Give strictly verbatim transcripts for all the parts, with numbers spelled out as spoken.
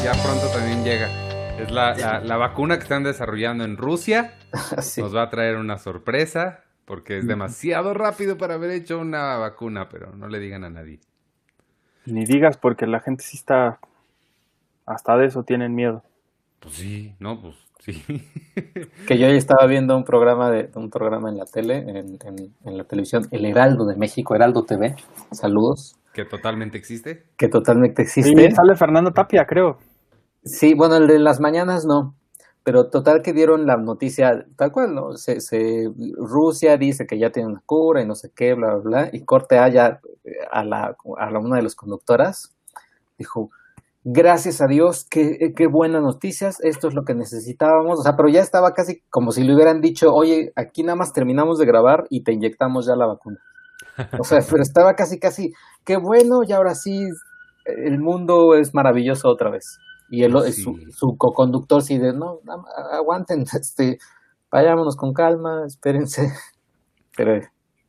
ya pronto también llega. Es la, la, la vacuna que están desarrollando en Rusia. Sí. Nos va a traer una sorpresa porque es demasiado rápido para haber hecho una vacuna, pero no le digan a nadie. Ni digas, porque la gente sí está, hasta de eso tienen miedo. Pues sí, no, pues sí. Que yo ya estaba viendo un programa de un programa en la tele, en, en, en la televisión, El Heraldo de México, Heraldo T V, saludos. ¿Que totalmente existe? Que totalmente existe. Sí, sale Fernando Tapia, creo. Sí, bueno, el de las mañanas no, pero total que dieron la noticia, tal cual, ¿no? Se, se, Rusia dice que ya tiene una cura y no sé qué, bla, bla, bla, y corte a, ya, a, la, a la, una de las conductoras, dijo, gracias a Dios, qué, qué buenas noticias, esto es lo que necesitábamos, o sea, pero ya estaba casi como si le hubieran dicho, oye, aquí nada más terminamos de grabar y te inyectamos ya la vacuna. O sea, pero estaba casi, casi, qué bueno, y ahora sí, el mundo es maravilloso otra vez. Y el, sí. su, su coconductor sí de, no, aguanten, este, vayámonos con calma, espérense. Pero...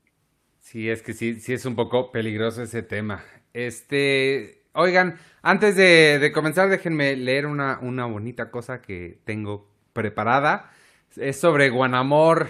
Sí, es que sí, sí es un poco peligroso ese tema. Este, oigan, antes de, de comenzar, déjenme leer una, una bonita cosa que tengo preparada. Es sobre Guanamor,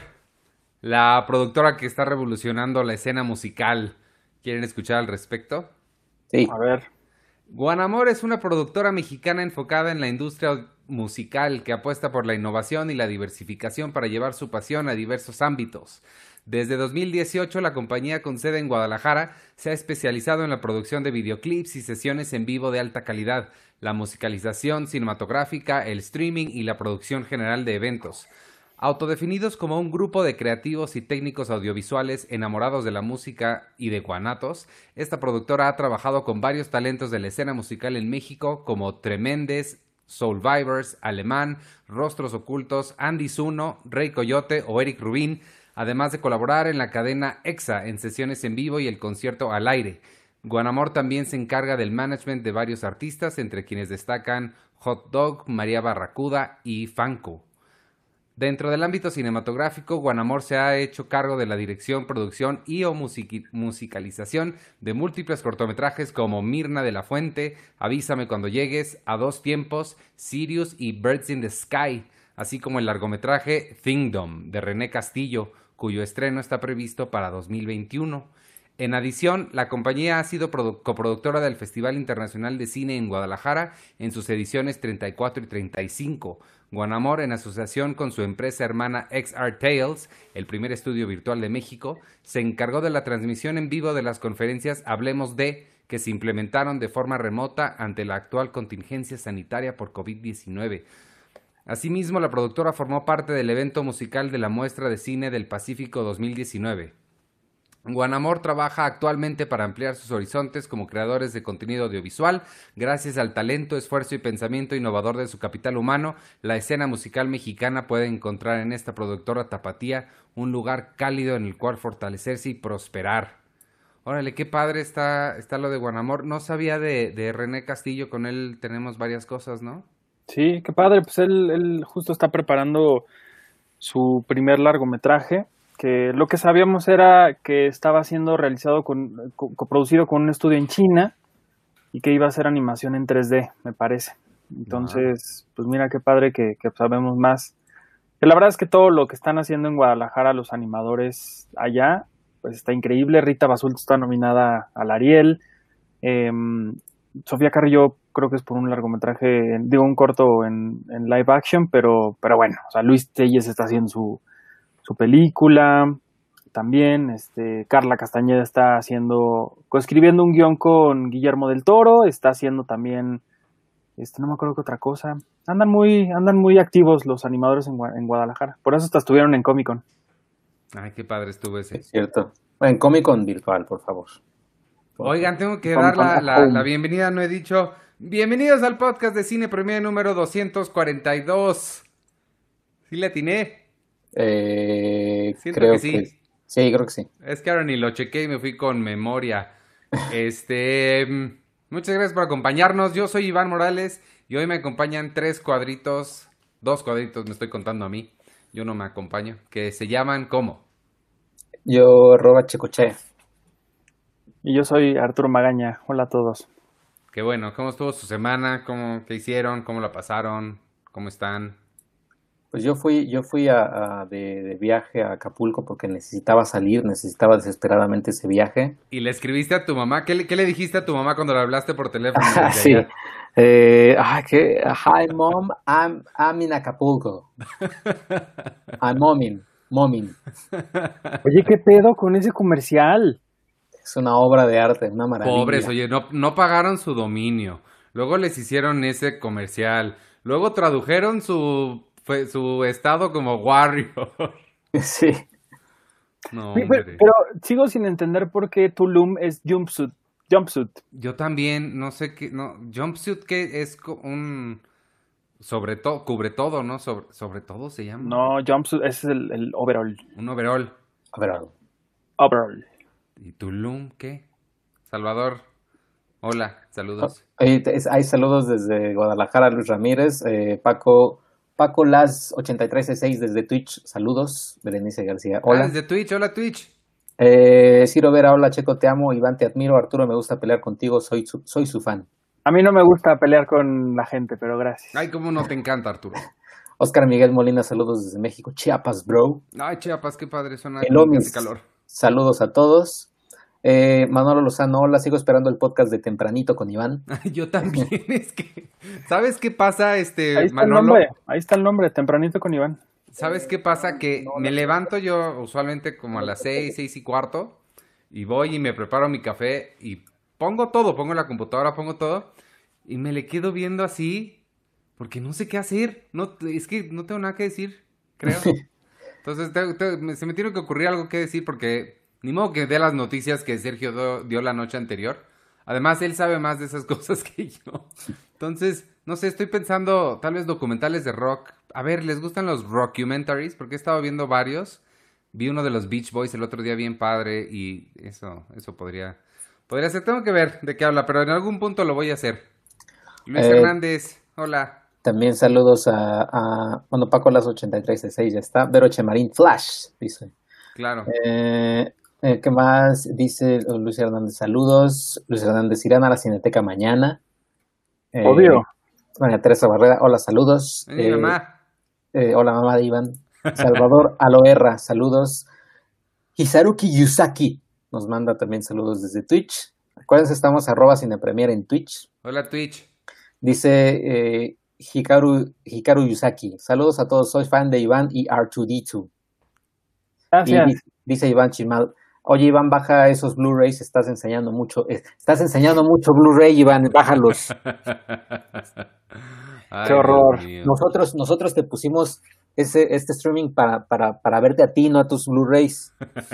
la productora que está revolucionando la escena musical. ¿Quieren escuchar al respecto? Sí. A ver. Guanamor es una productora mexicana enfocada en la industria musical que apuesta por la innovación y la diversificación para llevar su pasión a diversos ámbitos. Desde dos mil dieciocho, la compañía con sede en Guadalajara se ha especializado en la producción de videoclips y sesiones en vivo de alta calidad, la musicalización cinematográfica, el streaming y la producción general de eventos. Autodefinidos como un grupo de creativos y técnicos audiovisuales enamorados de la música y de Guanatos, esta productora ha trabajado con varios talentos de la escena musical en México como Tremendes, Soulvivers, Alemán, Rostros Ocultos, Andy Zuno, Rey Coyote o Eric Rubin, además de colaborar en la cadena EXA en sesiones en vivo y el concierto al aire. Guanamor también se encarga del management de varios artistas, entre quienes destacan Hot Dog, María Barracuda y Fanco. Dentro del ámbito cinematográfico, Guanamor se ha hecho cargo de la dirección, producción y o music- musicalización de múltiples cortometrajes como Mirna de la Fuente, Avísame cuando llegues, A dos tiempos, Sirius y Birds in the Sky, así como el largometraje Thingdom de René Castillo, cuyo estreno está previsto para dos mil veintiuno. En adición, la compañía ha sido produ- coproductora del Festival Internacional de Cine en Guadalajara en sus ediciones treinta y cuatro y treinta y cinco. Guanamor, en asociación con su empresa hermana X R Tales, el primer estudio virtual de México, se encargó de la transmisión en vivo de las conferencias Hablemos de, que se implementaron de forma remota ante la actual contingencia sanitaria por COVID diecinueve. Asimismo, la productora formó parte del evento musical de la Muestra de Cine del Pacífico dos mil diecinueve. Guanamor trabaja actualmente para ampliar sus horizontes como creadores de contenido audiovisual. Gracias al talento, esfuerzo y pensamiento innovador de su capital humano, la escena musical mexicana puede encontrar en esta productora tapatía un lugar cálido en el cual fortalecerse y prosperar. Órale, qué padre está, está lo de Guanamor. No sabía de, de René Castillo, con él tenemos varias cosas, ¿no? Sí, qué padre, pues él, él justo está preparando su primer largometraje, que lo que sabíamos era que estaba siendo realizado con, co- coproducido con un estudio en China y que iba a ser animación en tres D, me parece. Entonces, wow. Pues mira qué padre que, que sabemos más. Que la verdad es que todo lo que están haciendo en Guadalajara los animadores allá, pues está increíble. Rita Basulto está nominada al Ariel. Eh, Sofía Carrillo creo que es por un largometraje, digo un corto en, en live action, pero, pero bueno, o sea, Luis Telles está haciendo su su película, también, este, Carla Castañeda está haciendo, coescribiendo un guión con Guillermo del Toro, está haciendo también, este, no me acuerdo qué otra cosa, andan muy, andan muy activos los animadores en, en Guadalajara, por eso hasta estuvieron en Comic Con. Ay, qué padre estuvo ese. Es cierto. En Comic Con virtual, por favor. Oigan, tengo que dar la, la, la bienvenida, no he dicho, bienvenidos al podcast de Cine Premier número doscientos cuarenta y dos. ¿Sí le atiné? Eh, Siento creo que sí. que sí, creo que sí. Es que ahora ni lo chequé y me fui con memoria. Este, muchas gracias por acompañarnos. Yo soy Iván Morales y hoy me acompañan tres cuadritos, dos cuadritos me estoy contando a mí. Yo no me acompaño, que se llaman ¿cómo? Yo, arroba Checoche. Y yo soy Arturo Magaña. Hola a todos. Qué bueno, ¿cómo estuvo su semana? ¿Cómo, qué hicieron? ¿Cómo la pasaron? ¿Cómo están? Pues yo fui, yo fui a, a de, de viaje a Acapulco porque necesitaba salir, necesitaba desesperadamente ese viaje. ¿Y le escribiste a tu mamá? ¿Qué le, qué le dijiste a tu mamá cuando le hablaste por teléfono Ah, desde sí. allá? Eh, ah, ¿qué? Hi, mom, I'm, I'm in Acapulco. I'm momming, momming. Oye, ¿qué pedo con ese comercial? Es una obra de arte, una Pobres, maravilla. oye, no, no pagaron su dominio. Luego les hicieron ese comercial. Luego tradujeron su, fue- su estado como Warrior. Sí. No, Sí, pero, hombre. pero sigo sin entender por qué Tulum es jumpsuit. Jumpsuit. Yo también, no sé qué, no, jumpsuit que es co- un, sobre todo, cubre todo, ¿no? Sobre, sobre todo se llama. No, jumpsuit, ese es el, el overall. Un overall. A ver, algo. Overall. ¿Y Tulum qué? Salvador, hola, saludos. Oye, te- es- hay saludos desde Guadalajara, Luis Ramírez, eh, Paco, Paco Las ochenta y tres seis desde Twitch, saludos, Berenice García, Ah, hola. desde Twitch, hola Twitch. Eh, Ciro Vera, hola Checo, te amo, Iván, te admiro, Arturo, me gusta pelear contigo, soy su, soy su fan. A mí no me gusta pelear con la gente, pero gracias. Ay, cómo no te encanta, Arturo. Oscar Miguel Molina, saludos desde México, Chiapas, bro. Ay, Chiapas, qué padre, suena El como que hace Omis, calor. saludos a todos. Eh, Manolo Lozano, hola, sigo esperando el podcast de Tempranito con Iván. Ay, yo también, es que, ¿sabes qué pasa, este, Ahí está el Manolo? nombre, ahí está el nombre, tempranito con Iván. ¿Sabes qué pasa? Que me levanto yo usualmente como a las seis, seis y cuarto, y voy y me preparo mi café y pongo todo, pongo la computadora, pongo todo, y me le quedo viendo así, porque no sé qué hacer, no, es que no tengo nada que decir, creo. Entonces te- te- me- se me tiene que ocurrir algo que decir porque ni modo que dé las noticias que Sergio do- dio la noche anterior. Además, él sabe más de esas cosas que yo. Entonces, no sé, estoy pensando tal vez documentales de rock. A ver, ¿les gustan los rockumentaries? Porque he estado viendo varios. Vi uno de los Beach Boys el otro día bien padre y eso, eso podría, podría ser. Tengo que ver de qué habla, pero en algún punto lo voy a hacer. Luis Eh, Hernández, hola. También saludos a, a bueno, Paco Las ochenta y tres seis ya está. Vero Chemarín, Flash, dice. Claro. Eh, eh, ¿qué más? Dice Luis Hernández, saludos. Luis Hernández, irán a la Cineteca mañana. Eh, Obvio. María Teresa Barrera, hola, saludos. Es mi Eh, mamá. eh, hola, mamá de Iván. Salvador Aloerra, saludos. Hisaruki Yusaki nos manda también saludos desde Twitch. Acuérdense, estamos arroba cinepremier en Twitch. Hola Twitch. Dice eh, Hikaru, Hikaru Yusaki, saludos a todos, soy fan de Iván y R dos D dos. Y Gracias. dice, dice Iván Chimal, oye Iván, baja esos Blu-rays, estás enseñando mucho, eh, estás enseñando mucho Blu-ray, Iván, bájalos. Ay, Qué horror. Dios mío. Nosotros, nosotros te pusimos ese, este streaming para, para, para verte a ti, no a tus Blu-rays.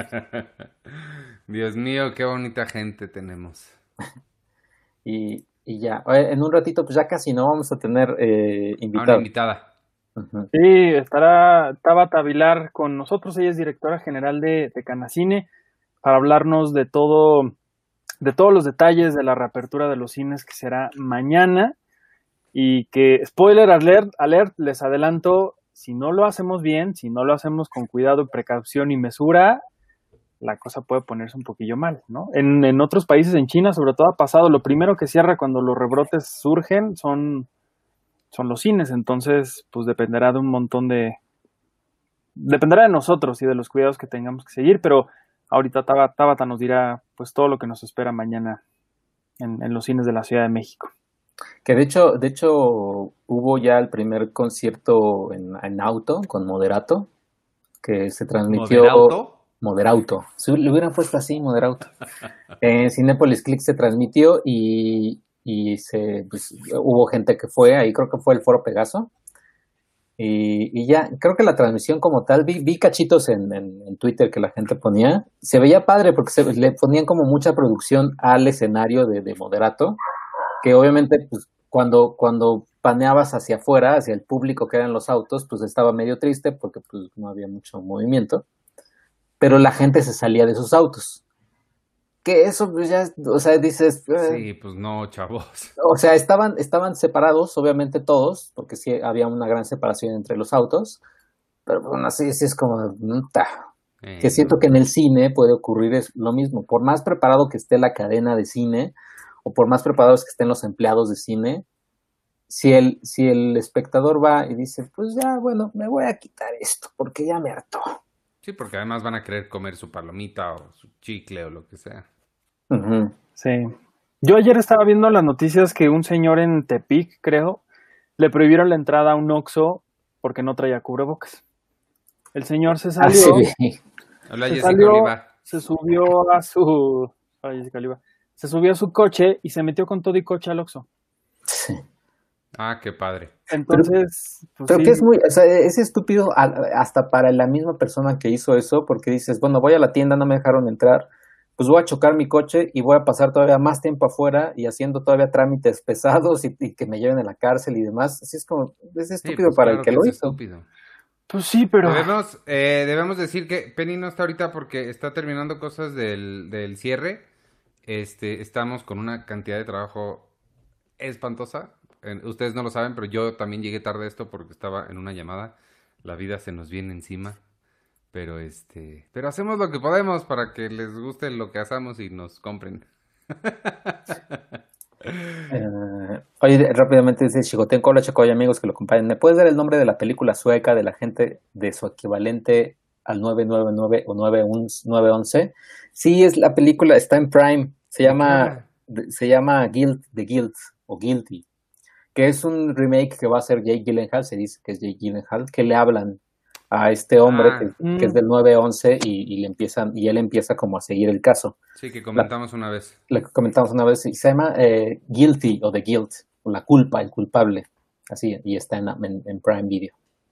Dios mío, qué bonita gente tenemos. Y, y ya, Oye, en un ratito, pues ya casi no vamos a tener eh, A una invitados. invitada. Ujú. Sí, estará Tabata Vilar con nosotros. Ella es directora general de, de Canacine para hablarnos de todo, de todos los detalles de la reapertura de los cines que será mañana. Y que, spoiler alert, alert, les adelanto, si no lo hacemos bien, si no lo hacemos con cuidado, precaución y mesura, la cosa puede ponerse un poquillo mal, ¿no? En, en otros países, en China sobre todo ha pasado, lo primero que cierra cuando los rebrotes surgen son, son los cines, entonces pues dependerá de un montón de... Dependerá de nosotros y de los cuidados que tengamos que seguir, pero ahorita Tabata, Tabata nos dirá pues todo lo que nos espera mañana en, en los cines de la Ciudad de México. Que de hecho, de hecho, hubo ya el primer concierto en, en auto con Moderato, que se transmitió. ¿Moderauto? Moderauto. Si le hubieran puesto así, Moderauto. En Cinépolis Click se transmitió y, y se, pues, hubo gente que fue, ahí creo que fue el Foro Pegaso. Y, y ya, creo que la transmisión como tal, vi, vi cachitos en, en, en Twitter que la gente ponía. Se veía padre porque se, le ponían como mucha producción al escenario de, de Moderato, que obviamente pues cuando, cuando paneabas hacia afuera, hacia el público que eran los autos, pues estaba medio triste porque pues no había mucho movimiento, pero la gente se salía de sus autos. Que eso pues ya, o sea, dices... eh, Sí, pues no, chavos. o sea, estaban, estaban separados, obviamente todos, porque sí había una gran separación entre los autos, pero bueno, así, sí es como... mm, ta. Eh, Que siento que en el cine puede ocurrir es lo mismo. Por más preparado que esté la cadena de cine, o por más preparados que estén los empleados de cine, si el, si el espectador va y dice, pues ya, bueno, me voy a quitar esto porque ya me hartó. Sí, porque además van a querer comer su palomita o su chicle o lo que sea. Uh-huh. Sí. Yo ayer estaba viendo las noticias que un señor en Tepic, creo, le prohibieron la entrada a un Oxxo porque no traía cubrebocas. El señor se salió, Ah, sí. Hola, se, Jessica salió Oliva. se subió a su... Hola, Jessica Oliva. Se subió a su coche y se metió con todo y coche al Oxxo. Sí. Ah, qué padre. Entonces, Pero, pues pero sí. que es muy, o sea, es estúpido hasta para la misma persona que hizo eso, porque dices, bueno, voy a la tienda, no me dejaron entrar, pues voy a chocar mi coche y voy a pasar todavía más tiempo afuera y haciendo todavía trámites pesados y, y que me lleven a la cárcel y demás. Así es como, es estúpido Sí, pues para claro el que, que lo es hizo. estúpido. Pues sí, pero... Debemos, eh, debemos decir que Penny no está ahorita porque está terminando cosas del, del cierre. Este, estamos con una cantidad de trabajo espantosa. Eh, ustedes no lo saben, pero yo también llegué tarde a esto porque estaba en una llamada. La vida se nos viene encima. Pero este, pero hacemos lo que podemos para que les guste lo que hacemos y nos compren. Eh, oye, rápidamente dice Chicotenco, hola Chacoy, amigos que lo acompañan. ¿Me puedes dar el nombre de la película sueca de la gente de su equivalente al nueve nueve nueve o nueve once? Sí, es la película, está en Prime. Se llama, se llama Guilt, The Guilt o Guilty, que es un remake que va a hacer Jake Gyllenhaal, se dice que es Jake Gyllenhaal, que le hablan a este hombre Ah. que, Mm. que es del nueve once y, y le empiezan y él empieza como a seguir el caso. Sí, que comentamos una vez. Le comentamos una vez, y se llama eh, Guilty o The Guilt, o la culpa, el culpable, así, y está en, en, en Prime Video.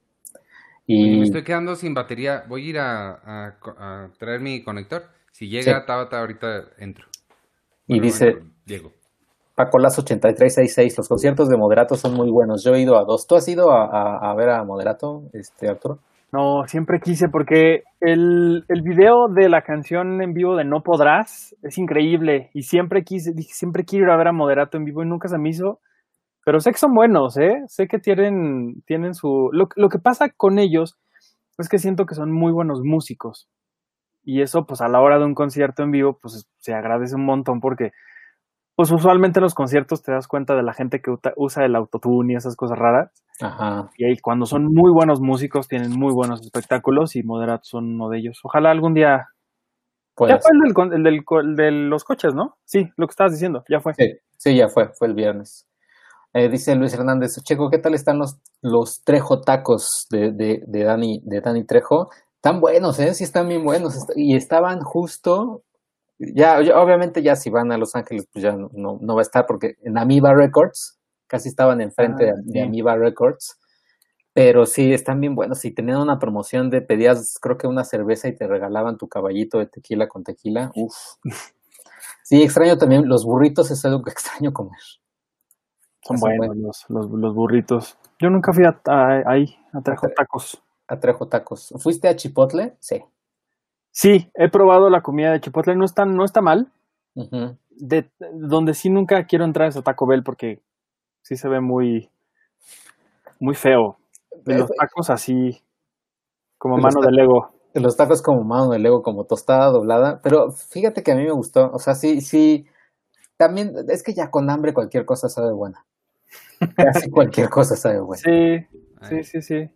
Y Oye, me estoy quedando sin batería. Voy a ir a, a, a traer mi conector. Si llega sí. Tabata, ahorita entro. Y Bueno, dice entro, llego. Paco Lazo ochenta y tres sesenta y seis, los conciertos de Moderato son muy buenos. Yo he ido a dos. ¿Tú has ido a, a, a ver a Moderato, este Arturo? No, siempre quise porque el, el video de la canción en vivo de No Podrás es increíble y siempre quise, dije, siempre quiero ir a ver a Moderato en vivo y nunca se me hizo, pero sé que son buenos, ¿eh? Sé que tienen, tienen su... Lo, lo que pasa con ellos es que siento que son muy buenos músicos y eso pues a la hora de un concierto en vivo pues se agradece un montón porque pues usualmente en los conciertos te das cuenta de la gente que usa el autotune y esas cosas raras. Ajá. Y ahí cuando son muy buenos músicos tienen muy buenos espectáculos y Moderato son uno de ellos. Ojalá algún día... Pues, ya fue el, del, el, del, el de los coches, ¿no? Sí, lo que estabas diciendo, ya fue. Sí, sí, ya fue, fue el viernes. Eh, dice Luis Hernández, Checo, ¿qué tal están los, los Trejo tacos de, de, de, Dani, de Dani Trejo? Están buenos, ¿eh? Sí están bien buenos. Y estaban justo... Ya, ya, obviamente ya si van a Los Ángeles, pues ya no, no, no va a estar, porque en Amoeba Records, casi estaban enfrente ah, de, de sí. Amoeba Records, pero sí, están bien buenos, y tenían una promoción de, pedías creo que una cerveza y te regalaban tu caballito de tequila con tequila, uff. Sí, extraño también, los burritos es algo que extraño comer. Son buenos los, los, los burritos. Yo nunca fui a, a, ahí, a Trejo Tacos. A Trejo Tacos. ¿Fuiste a Chipotle? Sí. Sí, he probado la comida de Chipotle, no está, no está mal. Uh-huh. De, donde sí nunca quiero entrar es a Taco Bell porque sí se ve muy, muy feo. Y los tacos así, como mano de Lego. Los tacos como mano de Lego, como tostada doblada. Pero fíjate que a mí me gustó. O sea, sí, sí. También, es que ya con hambre cualquier cosa sabe buena. Casi cualquier cosa sabe buena. Sí, sí, sí, sí.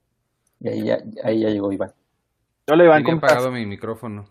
Y ahí ya, ahí ya llegó Iván. Hola, Iván, ¿cómo estás? He apagado mi micrófono.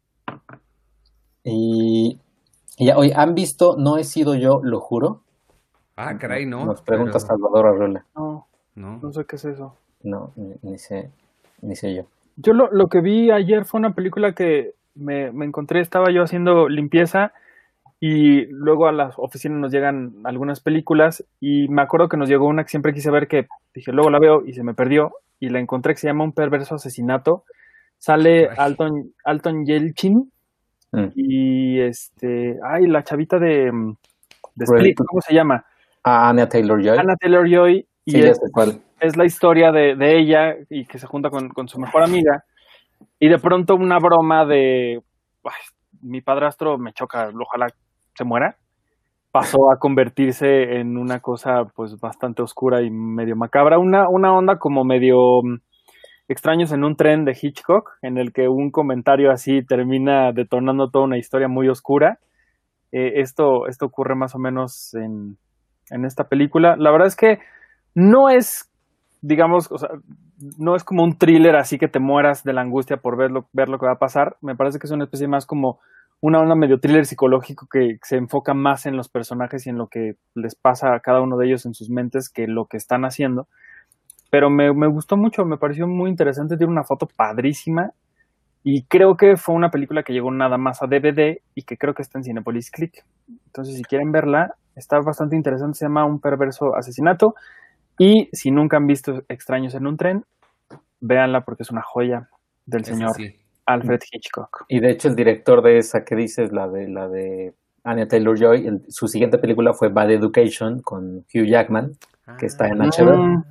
Y, y ya, oye, ¿han visto No he sido yo, lo juro? Ah, caray, no. Nos pregunta pero... Salvador Arreola. No, no, no sé qué es eso. No, ni, ni sé, ni sé yo. Yo lo, lo que vi ayer fue una película que me, me encontré, estaba yo haciendo limpieza y luego a la oficina nos llegan algunas películas y me acuerdo que nos llegó una que siempre quise ver que dije, luego la veo y se me perdió y la encontré que se llama Un perverso asesinato. Sale Alton, Alton Yelchin mm. y este, ay, la chavita de, de Split, ¿cómo se llama? Ah, Anya Taylor-Joy. Anya Taylor-Joy y sí, es, cuál. es la historia de, de ella y que se junta con, con su mejor amiga y de pronto una broma de ay, mi padrastro me choca, ojalá se muera, pasó a convertirse en una cosa pues bastante oscura y medio macabra, una, una onda como medio Extraños en un tren de Hitchcock, en el que un comentario así termina detonando toda una historia muy oscura. Eh, esto, esto ocurre más o menos en, en esta película. La verdad es que no es, digamos, o sea, no es como un thriller así que te mueras de la angustia por ver lo, ver lo que va a pasar. Me parece que es una especie más como una onda medio thriller psicológico que se enfoca más en los personajes y en lo que les pasa a cada uno de ellos en sus mentes que lo que están haciendo. Pero me, me gustó mucho, me pareció muy interesante, tiene una foto padrísima y creo que fue una película que llegó nada más a D V D y que creo que está en Cinepolis Click. Entonces, si quieren verla, está bastante interesante, se llama Un perverso asesinato y si nunca han visto Extraños en un tren, véanla porque es una joya del Eso señor sí. Alfred Hitchcock. Y de hecho el director de esa que dices, la de la de Anya Taylor-Joy, el- su siguiente película fue Bad Education con Hugh Jackman, que está en H B O. Mm.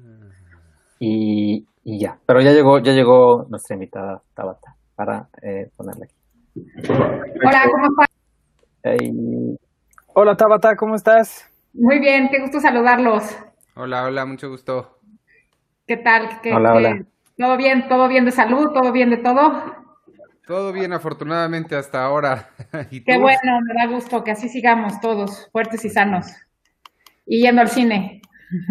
Y, y ya. Pero ya llegó, ya llegó nuestra invitada Tabata para eh, ponerla aquí. Hola, ¿cómo estás? Ahí- Hola Tabata, ¿cómo estás? Muy bien, qué gusto saludarlos. Hola, hola, mucho gusto. ¿Qué tal? ¿Qué- Hola, qué- hola. ¿Todo bien? ¿Todo bien de salud? ¿Todo bien de todo? Todo bien, afortunadamente, hasta ahora. ¿Y Qué tú? bueno, me da gusto que así sigamos todos, fuertes y sanos. Y yendo al cine.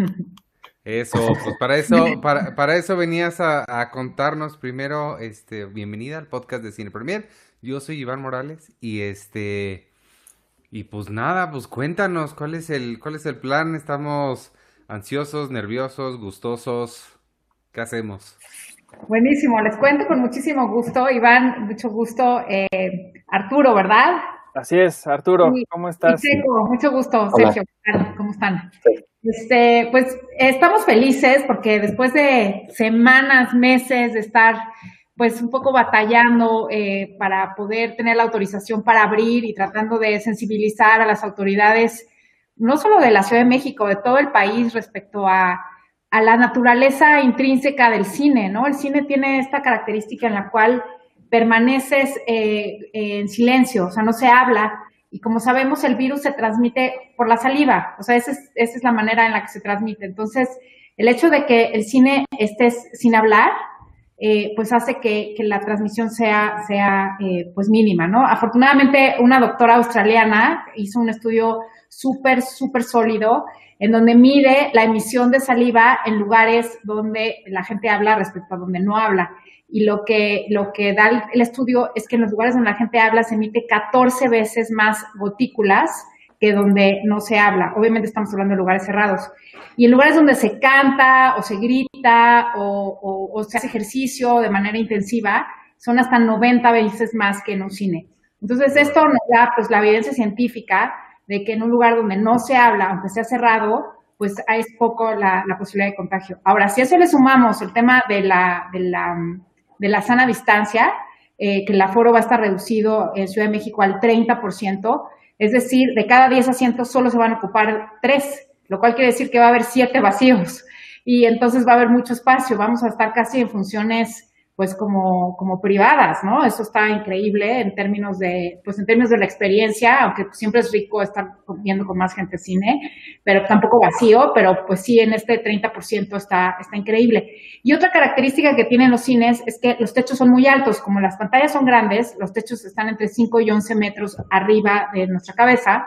Eso, pues para eso, para, para eso venías a, a contarnos primero, este, bienvenida al podcast de Cine Premier. Yo soy Iván Morales y este, y pues nada, pues cuéntanos cuál es el, cuál es el plan. Estamos ansiosos, nerviosos, gustosos. ¿Qué hacemos? Buenísimo, les cuento con muchísimo gusto. Iván, mucho gusto. Eh, Arturo, ¿verdad? Así es, Arturo, Y- ¿cómo Y estás? Seco, mucho gusto. Hola. Sergio, ¿qué tal? ¿Cómo están? Sí. Este, pues estamos felices porque después de semanas, meses de estar pues un poco batallando eh, para poder tener la autorización para abrir y tratando de sensibilizar a las autoridades, no solo de la Ciudad de México, de todo el país respecto a, a la naturaleza intrínseca del cine, ¿no? El cine tiene esta característica en la cual permaneces eh, en silencio, o sea, no se habla. Y como sabemos, el virus se transmite por la saliva, o sea, esa es, esa es la manera en la que se transmite. Entonces, el hecho de que el cine estés sin hablar, eh, pues hace que, que la transmisión sea, sea eh, pues mínima, ¿no? Afortunadamente, una doctora australiana hizo un estudio súper, súper sólido en donde mide la emisión de saliva en lugares donde la gente habla respecto a donde no habla. Y lo que, lo que da el, el estudio es que en los lugares donde la gente habla se emite catorce veces más gotículas que donde no se habla. Obviamente estamos hablando de lugares cerrados. Y en lugares donde se canta o se grita o, o, o se hace ejercicio de manera intensiva, son hasta noventa veces más que en un cine. Entonces esto nos da pues la evidencia científica de que en un lugar donde no se habla, aunque sea cerrado, pues es poco la, la posibilidad de contagio. Ahora, si a eso le sumamos el tema de la, de la, de la sana distancia, eh, que el aforo va a estar reducido en Ciudad de México al treinta por ciento, es decir, de cada diez asientos solo se van a ocupar tres, lo cual quiere decir que va a haber siete vacíos y entonces va a haber mucho espacio, vamos a estar casi en funciones pues como, como privadas, ¿no? Eso está increíble en términos de, pues en términos de la experiencia, aunque siempre es rico estar viendo con más gente cine, pero tampoco vacío, pero pues sí en este treinta por ciento está, está increíble. Y otra característica que tienen los cines es que los techos son muy altos, como las pantallas son grandes, los techos están entre cinco y once metros arriba de nuestra cabeza,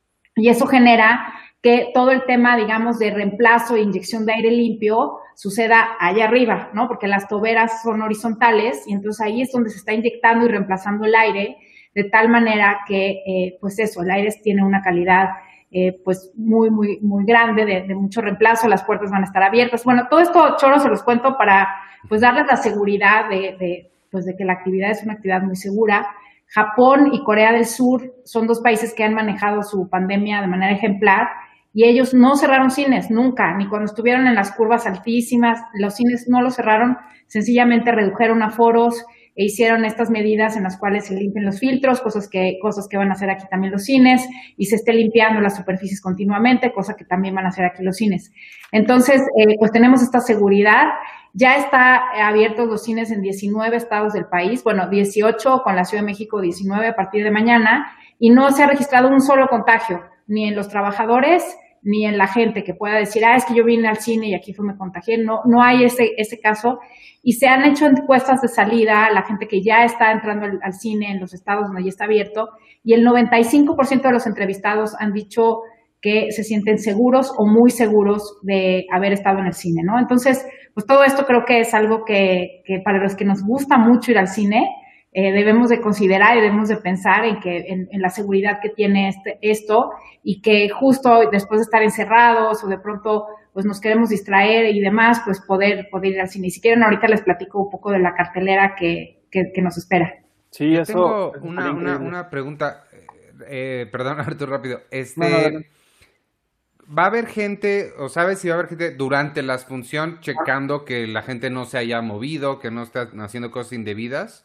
y eso genera que todo el tema, digamos, de reemplazo e inyección de aire limpio suceda allá arriba, ¿no? Porque las toberas son horizontales y entonces ahí es donde se está inyectando y reemplazando el aire de tal manera que, eh, pues eso, el aire tiene una calidad eh, pues muy, muy, muy grande de, de mucho reemplazo, las puertas van a estar abiertas. Bueno, todo esto, choro, se los cuento para, pues, darles la seguridad de, de, pues, de que la actividad es una actividad muy segura. Japón y Corea del Sur son dos países que han manejado su pandemia de manera ejemplar y ellos no cerraron cines, nunca, ni cuando estuvieron en las curvas altísimas, los cines no los cerraron, sencillamente redujeron aforos e hicieron estas medidas en las cuales se limpian los filtros, cosas que, cosas que van a hacer aquí también los cines, y se esté limpiando las superficies continuamente, cosa que también van a hacer aquí los cines. Entonces, eh, pues tenemos esta seguridad. Ya está abiertos los cines en diecinueve estados del país, bueno, dieciocho con la Ciudad de México, diecinueve a partir de mañana, y no se ha registrado un solo contagio, ni en los trabajadores, ni en la gente que pueda decir, ah, es que yo vine al cine y aquí fue me contagié. No, no hay ese, ese caso. Y se han hecho encuestas de salida, la gente que ya está entrando al, al cine en los estados donde ya está abierto, y el noventa y cinco por ciento de los entrevistados han dicho que se sienten seguros o muy seguros de haber estado en el cine, ¿no? Entonces, pues todo esto creo que es algo que, que para los que nos gusta mucho ir al cine, eh, debemos de considerar y debemos de pensar en que en, en la seguridad que tiene este, esto, y que justo después de estar encerrados o de pronto pues nos queremos distraer y demás, pues poder, poder ir al cine. Y si quieren ahorita les platico un poco de la cartelera que, que, que nos espera. Sí, Yo eso. tengo eso una, una, una pregunta, eh, perdón, Arturo, rápido. Este, No, no, no. ¿Va a haber gente, o sabes si va a haber gente durante la función checando que la gente no se haya movido, que no esté haciendo cosas indebidas?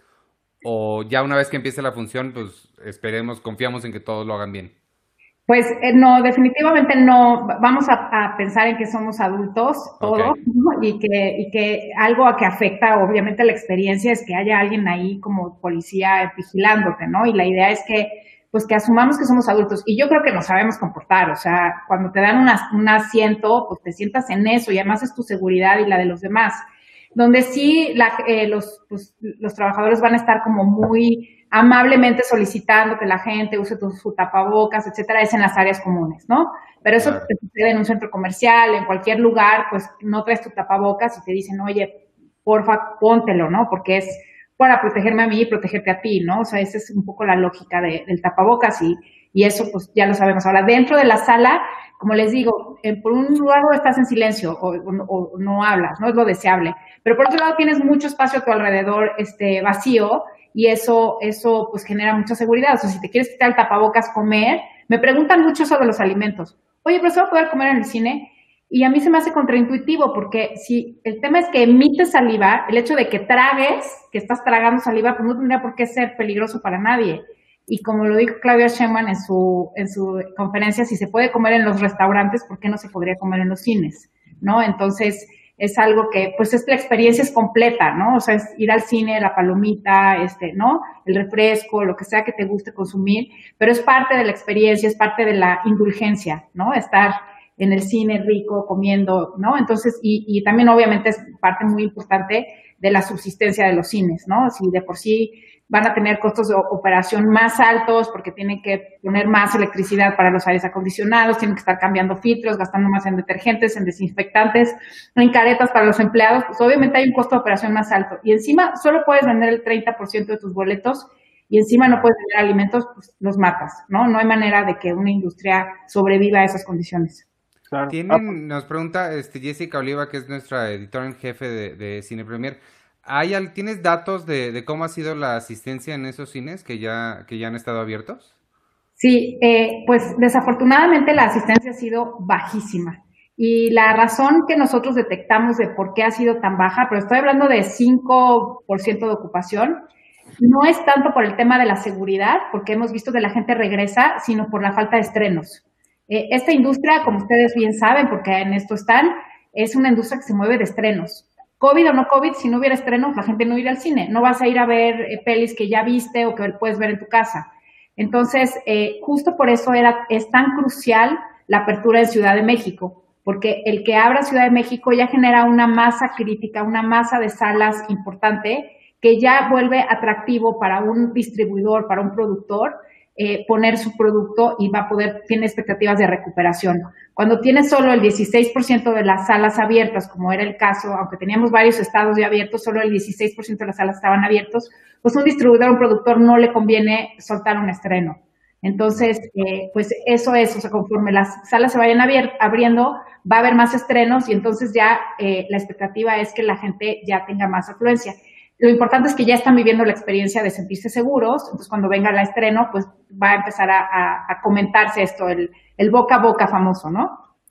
¿O ya una vez que empiece la función, pues esperemos, confiamos en que todos lo hagan bien? Pues eh, no, definitivamente no. Vamos a, a pensar en que somos adultos todos, Ok. ¿no? y que y que algo a que afecta obviamente la experiencia es que haya alguien ahí como policía vigilándote, ¿no? Y la idea es que pues que asumamos que somos adultos, y yo creo que nos sabemos comportar. O sea, cuando te dan una, un asiento, pues te sientas en eso, y además es tu seguridad y la de los demás. Donde sí la, eh, los, pues, los trabajadores van a estar como muy amablemente solicitando que la gente use tu, su tapabocas, etcétera, es en las áreas comunes, ¿no? Pero eso Claro. te sucede en un centro comercial, en cualquier lugar, pues no traes tu tapabocas y te dicen, oye, porfa, póntelo, ¿no? Porque es para protegerme a mí y protegerte a ti, ¿no? O sea, esa es un poco la lógica de, del tapabocas, y, y eso pues ya lo sabemos. Ahora, dentro de la sala, como les digo, eh, por un lado estás en silencio o, o, o no hablas, no es lo deseable, pero por otro lado tienes mucho espacio a tu alrededor este, vacío, y eso, eso pues genera mucha seguridad. O sea, si te quieres quitar el tapabocas, comer, me preguntan mucho sobre los alimentos. Oye, pero ¿se va a poder comer en el cine? Y a mí se me hace contraintuitivo, porque si el tema es que emites saliva, el hecho de que tragues, que estás tragando saliva, pues no tendría por qué ser peligroso para nadie. Y como lo dijo Claudia Sheinbaum en su, en su conferencia, si se puede comer en los restaurantes, ¿por qué no se podría comer en los cines? ¿No? Entonces, es algo que, pues, es la experiencia es completa, ¿no? O sea, es ir al cine, la palomita, este, ¿no? El refresco, lo que sea que te guste consumir, pero es parte de la experiencia, es parte de la indulgencia, ¿no? Estar en el cine rico, comiendo, ¿no? Entonces, y, y también obviamente es parte muy importante de la subsistencia de los cines, ¿no? Si de por sí van a tener costos de operación más altos porque tienen que poner más electricidad para los aires acondicionados, tienen que estar cambiando filtros, gastando más en detergentes, en desinfectantes, en caretas para los empleados, pues obviamente hay un costo de operación más alto. Y encima solo puedes vender el treinta por ciento de tus boletos, y encima no puedes vender alimentos, pues los matas, ¿no? No hay manera de que una industria sobreviva a esas condiciones. Claro. Tienen, nos pregunta este, Jessica Oliva, que es nuestra editora en jefe de, de Cine Premier. ¿Hay, al- ¿Tienes datos de, de cómo ha sido la asistencia en esos cines que ya, que ya han estado abiertos? Sí, eh, pues desafortunadamente la asistencia ha sido bajísima. Y la razón que nosotros detectamos de por qué ha sido tan baja, pero estoy hablando de cinco por ciento de ocupación, no es tanto por el tema de la seguridad, porque hemos visto que la gente regresa, sino por la falta de estrenos. Eh, esta industria, como ustedes bien saben, porque en esto están, es una industria que se mueve de estrenos. COVID o no COVID, si no hubiera estrenos, la gente no iría al cine. No vas a ir a ver eh, pelis que ya viste o que puedes ver en tu casa. Entonces, eh, justo por eso era, es tan crucial la apertura en Ciudad de México, porque el que abra Ciudad de México ya genera una masa crítica, una masa de salas importante, que ya vuelve atractivo para un distribuidor, para un productor, eh, poner su producto, y va a poder, tiene expectativas de recuperación. Cuando tienes solo el dieciséis por ciento de las salas abiertas, como era el caso, aunque teníamos varios estados ya abiertos, solo el dieciséis por ciento de las salas estaban abiertos, pues un distribuidor, un productor no le conviene soltar un estreno. Entonces, eh, pues eso es, o sea, conforme las salas se vayan abriendo, va a haber más estrenos, y entonces ya eh, la expectativa es que la gente ya tenga más afluencia. Lo importante es que ya están viviendo la experiencia de sentirse seguros, entonces cuando venga el estreno, pues va a empezar a, a, a comentarse esto, el, el boca a boca famoso, ¿no?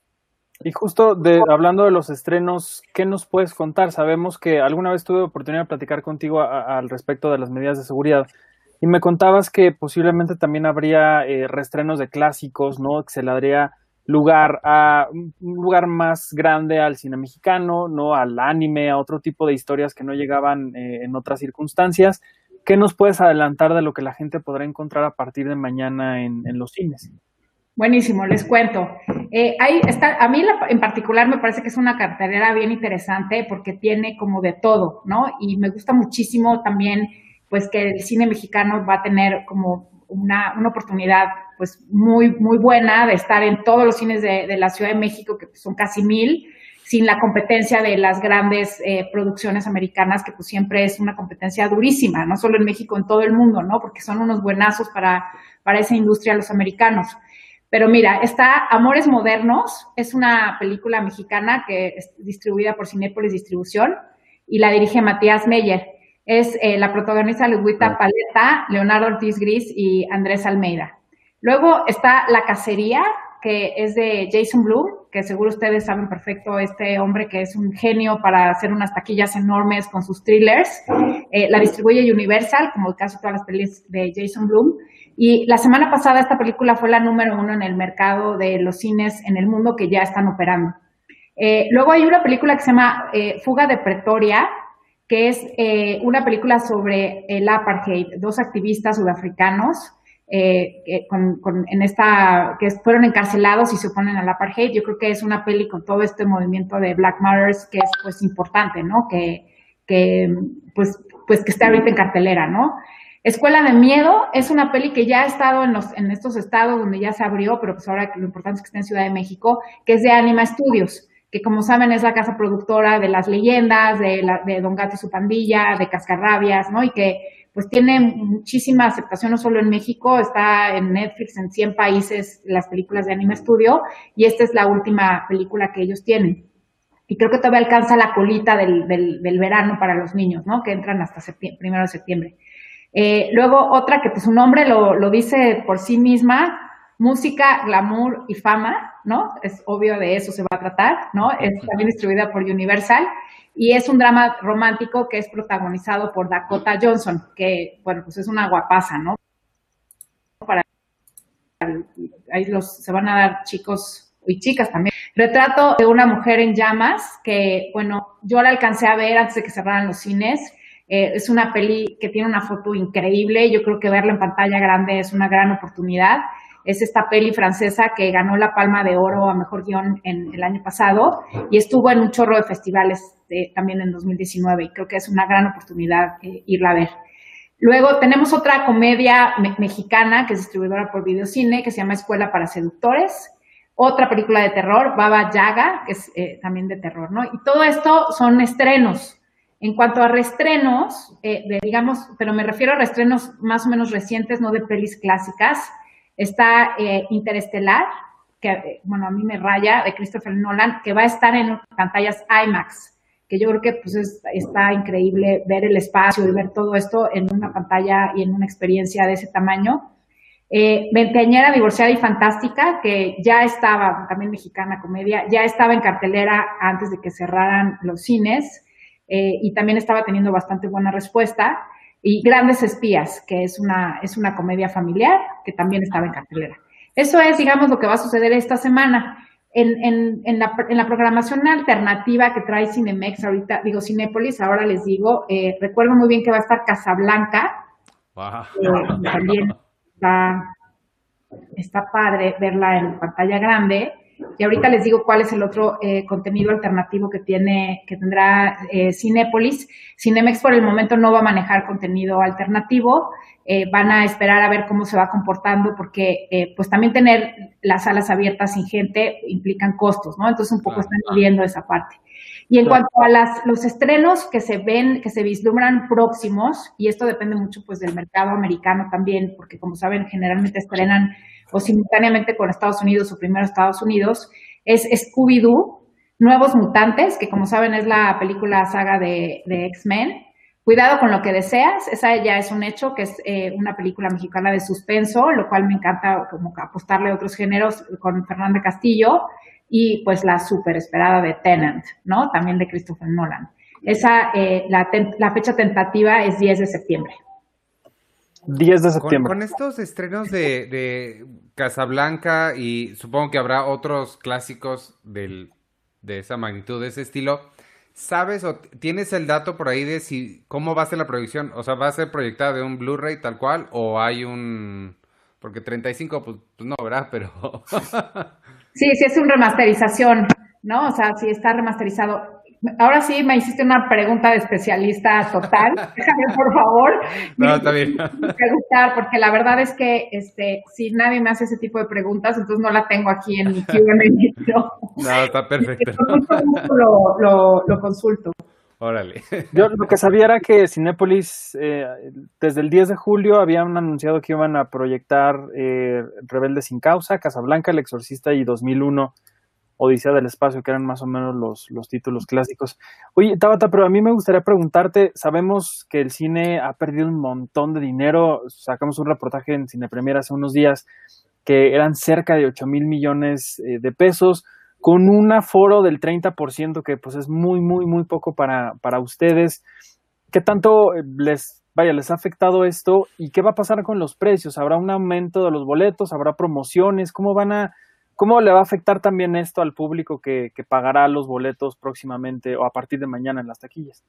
Y justo de, hablando de los estrenos, ¿qué nos puedes contar? Sabemos que alguna vez tuve oportunidad de platicar contigo a, a, al respecto de las medidas de seguridad, y me contabas que posiblemente también habría eh, reestrenos de clásicos, ¿no? Que se le daría lugar a un lugar más grande al cine mexicano, ¿no? Al anime, a otro tipo de historias que no llegaban eh, en otras circunstancias. ¿Qué nos puedes adelantar de lo que la gente podrá encontrar a partir de mañana en, en los cines? Buenísimo, les cuento. Eh, ahí está, a mí la, en particular me parece que es una cartelera bien interesante porque tiene como de todo, ¿no? Y me gusta muchísimo también, pues, que el cine mexicano va a tener como una, una oportunidad, pues, muy, muy buena de estar en todos los cines de, de la Ciudad de México, que son casi mil, sin la competencia de las grandes eh, producciones americanas, que pues siempre es una competencia durísima, no solo en México, en todo el mundo, ¿no? Porque son unos buenazos para, para esa industria los americanos. Pero mira, está Amores Modernos, es una película mexicana que es distribuida por Cinépolis Distribución y la dirige Matías Meyer. Es eh, la protagonista Ludwika Paleta, Leonardo Ortiz Gris y Andrés Almeida. Luego está La Cacería, que es de Jason Blum, que seguro ustedes saben perfecto, este hombre que es un genio para hacer unas taquillas enormes con sus thrillers. Eh, la distribuye Universal, como el caso de todas las pelis de Jason Blum. Y la semana pasada esta película fue la número uno en el mercado de los cines en el mundo que ya están operando. Eh, luego hay una película que se llama eh, Fuga de Pretoria, que es eh, una película sobre el apartheid, dos activistas sudafricanos eh, que, con, con, en esta, que fueron encarcelados y se oponen al apartheid. Yo creo que es una peli con todo este movimiento de Black Matters que es pues importante, ¿no? Que, que pues, pues que está ahorita en cartelera, ¿no? Escuela de Miedo es una peli que ya ha estado en, los, en estos estados donde ya se abrió, pero pues ahora lo importante es que está en Ciudad de México, que es de Anima Studios, que como saben es la casa productora de Las Leyendas, de, la, de Don Gato y su pandilla, de Cascarrabias, ¿no? Y que pues tiene muchísima aceptación no solo en México, está en Netflix en cien países las películas de Anima Studio, y esta es la última película que ellos tienen. Y creo que todavía alcanza la colita del, del, del verano para los niños, ¿no? Que entran hasta septiembre, primero de septiembre. Eh, luego otra que pues su nombre lo, lo dice por sí misma, Música, Glamour y Fama, ¿no? Es obvio, de eso se va a tratar, ¿no? Es también distribuida por Universal y es un drama romántico que es protagonizado por Dakota Johnson, que, bueno, pues es una guapaza, ¿no? Para, ahí los, se van a dar chicos y chicas también. Retrato de una mujer en llamas, que, bueno, yo la alcancé a ver antes de que cerraran los cines. Eh, es una peli que tiene una foto increíble. Yo creo que verla en pantalla grande es una gran oportunidad. Es esta peli francesa que ganó la Palma de Oro a Mejor Guión en el año pasado y estuvo en un chorro de festivales de, también en dos mil diecinueve, y creo que es una gran oportunidad eh, irla a ver. Luego tenemos otra comedia me mexicana que es distribuidora por Videocine, que se llama Escuela para Seductores. Otra película de terror, Baba Yaga, que es eh, también de terror, ¿no? Y todo esto son estrenos. En cuanto a reestrenos, eh, de, digamos, pero me refiero a reestrenos más o menos recientes, no de pelis clásicas, está eh, Interestelar, que, eh, bueno, a mí me raya, de Christopher Nolan, que va a estar en pantallas IMAX, que yo creo que pues es, está increíble ver el espacio y ver todo esto en una pantalla y en una experiencia de ese tamaño. Eh, Veinteañera, Divorciada y Fantástica, que ya estaba, también mexicana comedia, ya estaba en cartelera antes de que cerraran los cines. Eh, y también estaba teniendo bastante buena respuesta, y Grandes Espías, que es una, es una comedia familiar, que también estaba en cartelera. Eso es, digamos, lo que va a suceder esta semana. En, en, en, la, en la programación alternativa que trae Cinemex ahorita, digo Cinépolis, ahora les digo, eh, recuerdo muy bien que va a estar Casablanca, wow. eh, también está, está padre verla en pantalla grande. Y ahorita les digo cuál es el otro eh, contenido alternativo que tiene, que tendrá eh, Cinépolis. Cinemex por el momento no va a manejar contenido alternativo, eh, van a esperar a ver cómo se va comportando, porque eh, pues también tener las salas abiertas sin gente implican costos, ¿no? Entonces un poco están midiendo esa parte. Y en cuanto a las, los estrenos que se ven, que se vislumbran próximos, y esto depende mucho pues del mercado americano también, porque como saben generalmente estrenan o simultáneamente con Estados Unidos o primero Estados Unidos, es Scooby-Doo, Nuevos Mutantes, que como saben es la película saga de, de X-Men. Cuidado con lo que deseas, esa ya es un hecho, que es eh, una película mexicana de suspenso, lo cual me encanta como apostarle a otros géneros con Fernanda Castillo, y pues la súper esperada de Tenet, ¿no? También de Christopher Nolan. Esa, eh, la, la fecha tentativa es diez de septiembre. diez de septiembre. Con, con estos estrenos de, de Casablanca, y supongo que habrá otros clásicos del, de esa magnitud, de ese estilo, ¿sabes o tienes el dato por ahí de si cómo va a ser la proyección? O sea, ¿va a ser proyectada de un Blu-ray tal cual o hay un Porque treinta y cinco, pues, pues no, ¿verdad? Pero... Sí, sí es una remasterización, ¿no? O sea, sí está remasterizado. Ahora sí me hiciste una pregunta de especialista total. Déjame, por favor. No, está bien. Preguntar, porque la verdad es que este, si nadie me hace ese tipo de preguntas, entonces no la tengo aquí en mi Q and A. No, no está perfecto. Con mucho gusto lo, lo, lo consulto. Órale. Yo lo que sabía era que Cinépolis, eh, desde el diez de julio, habían anunciado que iban a proyectar eh, Rebelde sin causa, Casablanca, El Exorcista y dos mil uno, Odisea del Espacio, que eran más o menos los, los títulos clásicos. Oye, Tabata, pero a mí me gustaría preguntarte, sabemos que el cine ha perdido un montón de dinero, sacamos un reportaje en Cine Premier hace unos días, que eran cerca de ocho mil millones eh, de pesos, con un aforo del treinta por ciento, que pues es muy, muy, muy poco para, para ustedes. ¿Qué tanto les, vaya, les ha afectado esto? ¿Y qué va a pasar con los precios? ¿Habrá un aumento de los boletos? ¿Habrá promociones? ¿Cómo van a, cómo le va a afectar también esto al público que, que pagará los boletos próximamente o a partir de mañana en las taquillas?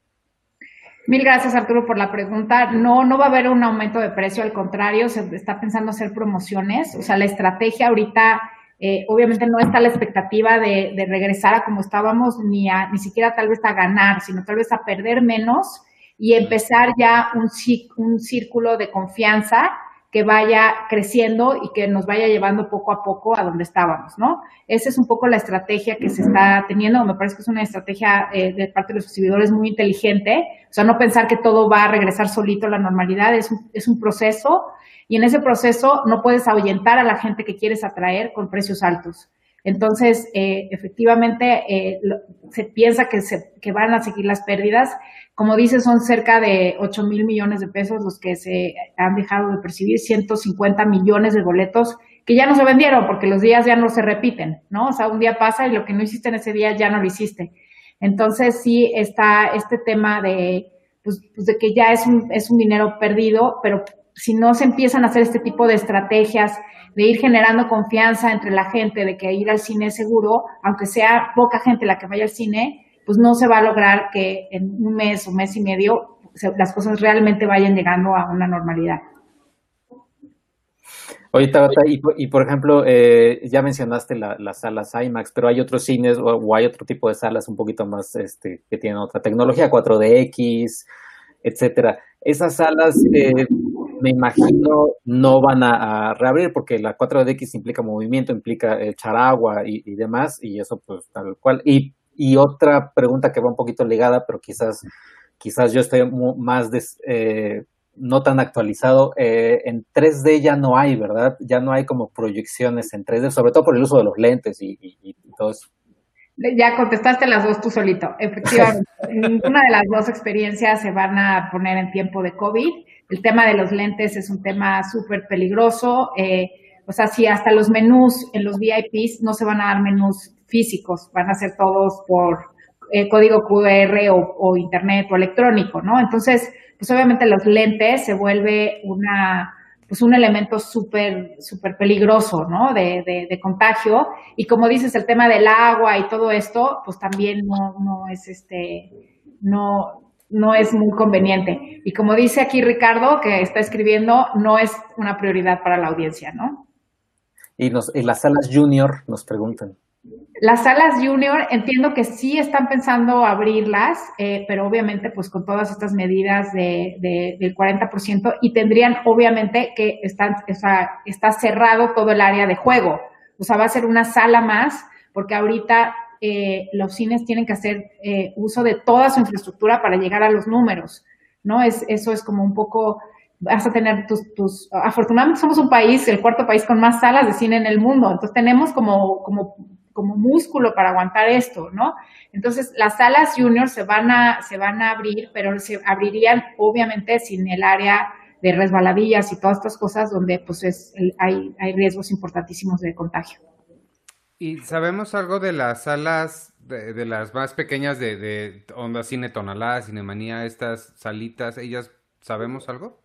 Mil gracias, Arturo, por la pregunta. No, no va a haber un aumento de precio, al contrario, se está pensando hacer promociones. O sea, la estrategia ahorita... Eh, obviamente no está la expectativa de, de regresar a como estábamos, ni a, ni siquiera tal vez a ganar, sino tal vez a perder menos y empezar ya un, un círculo de confianza que vaya creciendo y que nos vaya llevando poco a poco a donde estábamos, ¿no? Esa es un poco la estrategia que se está teniendo. Me parece que es una estrategia eh, de parte de los exhibidores muy inteligente. O sea, no pensar que todo va a regresar solito a la normalidad, es un, es un proceso. Y en ese proceso no puedes ahuyentar a la gente que quieres atraer con precios altos. Entonces, eh, efectivamente, eh, lo, se piensa que, se, que van a seguir las pérdidas. Como dices, son cerca de ocho mil millones de pesos los que se han dejado de percibir, ciento cincuenta millones de boletos que ya no se vendieron porque los días ya no se repiten, ¿no? O sea, un día pasa y lo que no hiciste en ese día ya no lo hiciste. Entonces, sí está este tema de, pues, pues de que ya es un, es un dinero perdido, pero si no se empiezan a hacer este tipo de estrategias, de ir generando confianza entre la gente, de que ir al cine es seguro, aunque sea poca gente la que vaya al cine, pues no se va a lograr que en un mes o mes y medio se, las cosas realmente vayan llegando a una normalidad. Oye, Tabata, y, y por ejemplo, eh, ya mencionaste la, las salas IMAX, pero hay otros cines o, o hay otro tipo de salas un poquito más este, que tienen otra tecnología, cuatro D X, etcétera. Esas salas, eh, me imagino, no van a, a reabrir porque la cuatro D X implica movimiento, implica echar agua y, y demás, y eso pues tal cual. Y, y otra pregunta que va un poquito ligada, pero quizás quizás yo estoy más des, eh, no tan actualizado, eh, en tres D ya no hay, ¿verdad? Ya no hay como proyecciones en tres D, sobre todo por el uso de los lentes y, y, y todo eso. Ya contestaste las dos tú solito. Efectivamente, ninguna de las dos experiencias se van a poner en tiempo de COVID. El tema de los lentes es un tema súper peligroso. Eh, o sea, si hasta los menús en los V I Ps no se van a dar menús físicos, van a ser todos por eh, código Q R o, o internet o electrónico, ¿no? Entonces, pues obviamente los lentes se vuelve una... pues un elemento súper, súper peligroso, ¿no? De, de, de contagio. Y como dices, el tema del agua y todo esto, pues también no, no es este, no, no es muy conveniente. Y como dice aquí Ricardo, que está escribiendo, no es una prioridad para la audiencia, ¿no? Y, nos, y las salas junior nos preguntan. Las salas junior entiendo que sí están pensando abrirlas, eh, pero obviamente pues con todas estas medidas de, de, del cuarenta por ciento y tendrían obviamente que están, o sea, está cerrado todo el área de juego. O sea, va a ser una sala más porque ahorita eh, los cines tienen que hacer eh, uso de toda su infraestructura para llegar a los números, ¿no? Es, eso es como un poco... vas a tener tus, tus... Afortunadamente somos un país, el cuarto país con más salas de cine en el mundo, entonces tenemos como... como como músculo para aguantar esto, ¿no? Entonces, las salas junior se van a, se van a abrir, pero se abrirían obviamente sin el área de resbaladillas y todas estas cosas donde pues es, hay, hay riesgos importantísimos de contagio. ¿Y sabemos algo de las salas, de, de las más pequeñas de, de Onda Cine Tonalá, Cinemanía, estas salitas, ellas, sabemos algo?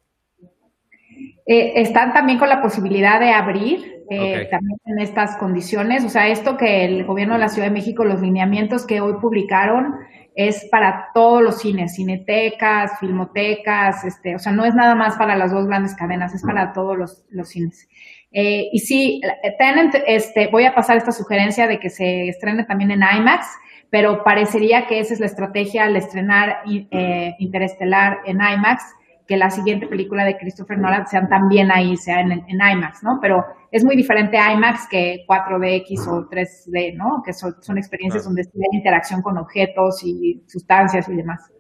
Eh, están también con la posibilidad de abrir, eh, okay. también en estas condiciones. O sea, esto que el gobierno de la Ciudad de México, los lineamientos que hoy publicaron, es para todos los cines, cinetecas, filmotecas, este, o sea, no es nada más para las dos grandes cadenas, es para todos los, los cines. Eh, y sí, Tenet, este, voy a pasar esta sugerencia de que se estrene también en IMAX, pero parecería que esa es la estrategia al estrenar eh, Interestelar en IMAX, que la siguiente película de Christopher Nolan sean también ahí, sea en, en IMAX, ¿no? Pero es muy diferente IMAX que cuatro D X o tres D, ¿no? Que son, son experiencias claro. donde hay interacción con objetos y sustancias y demás.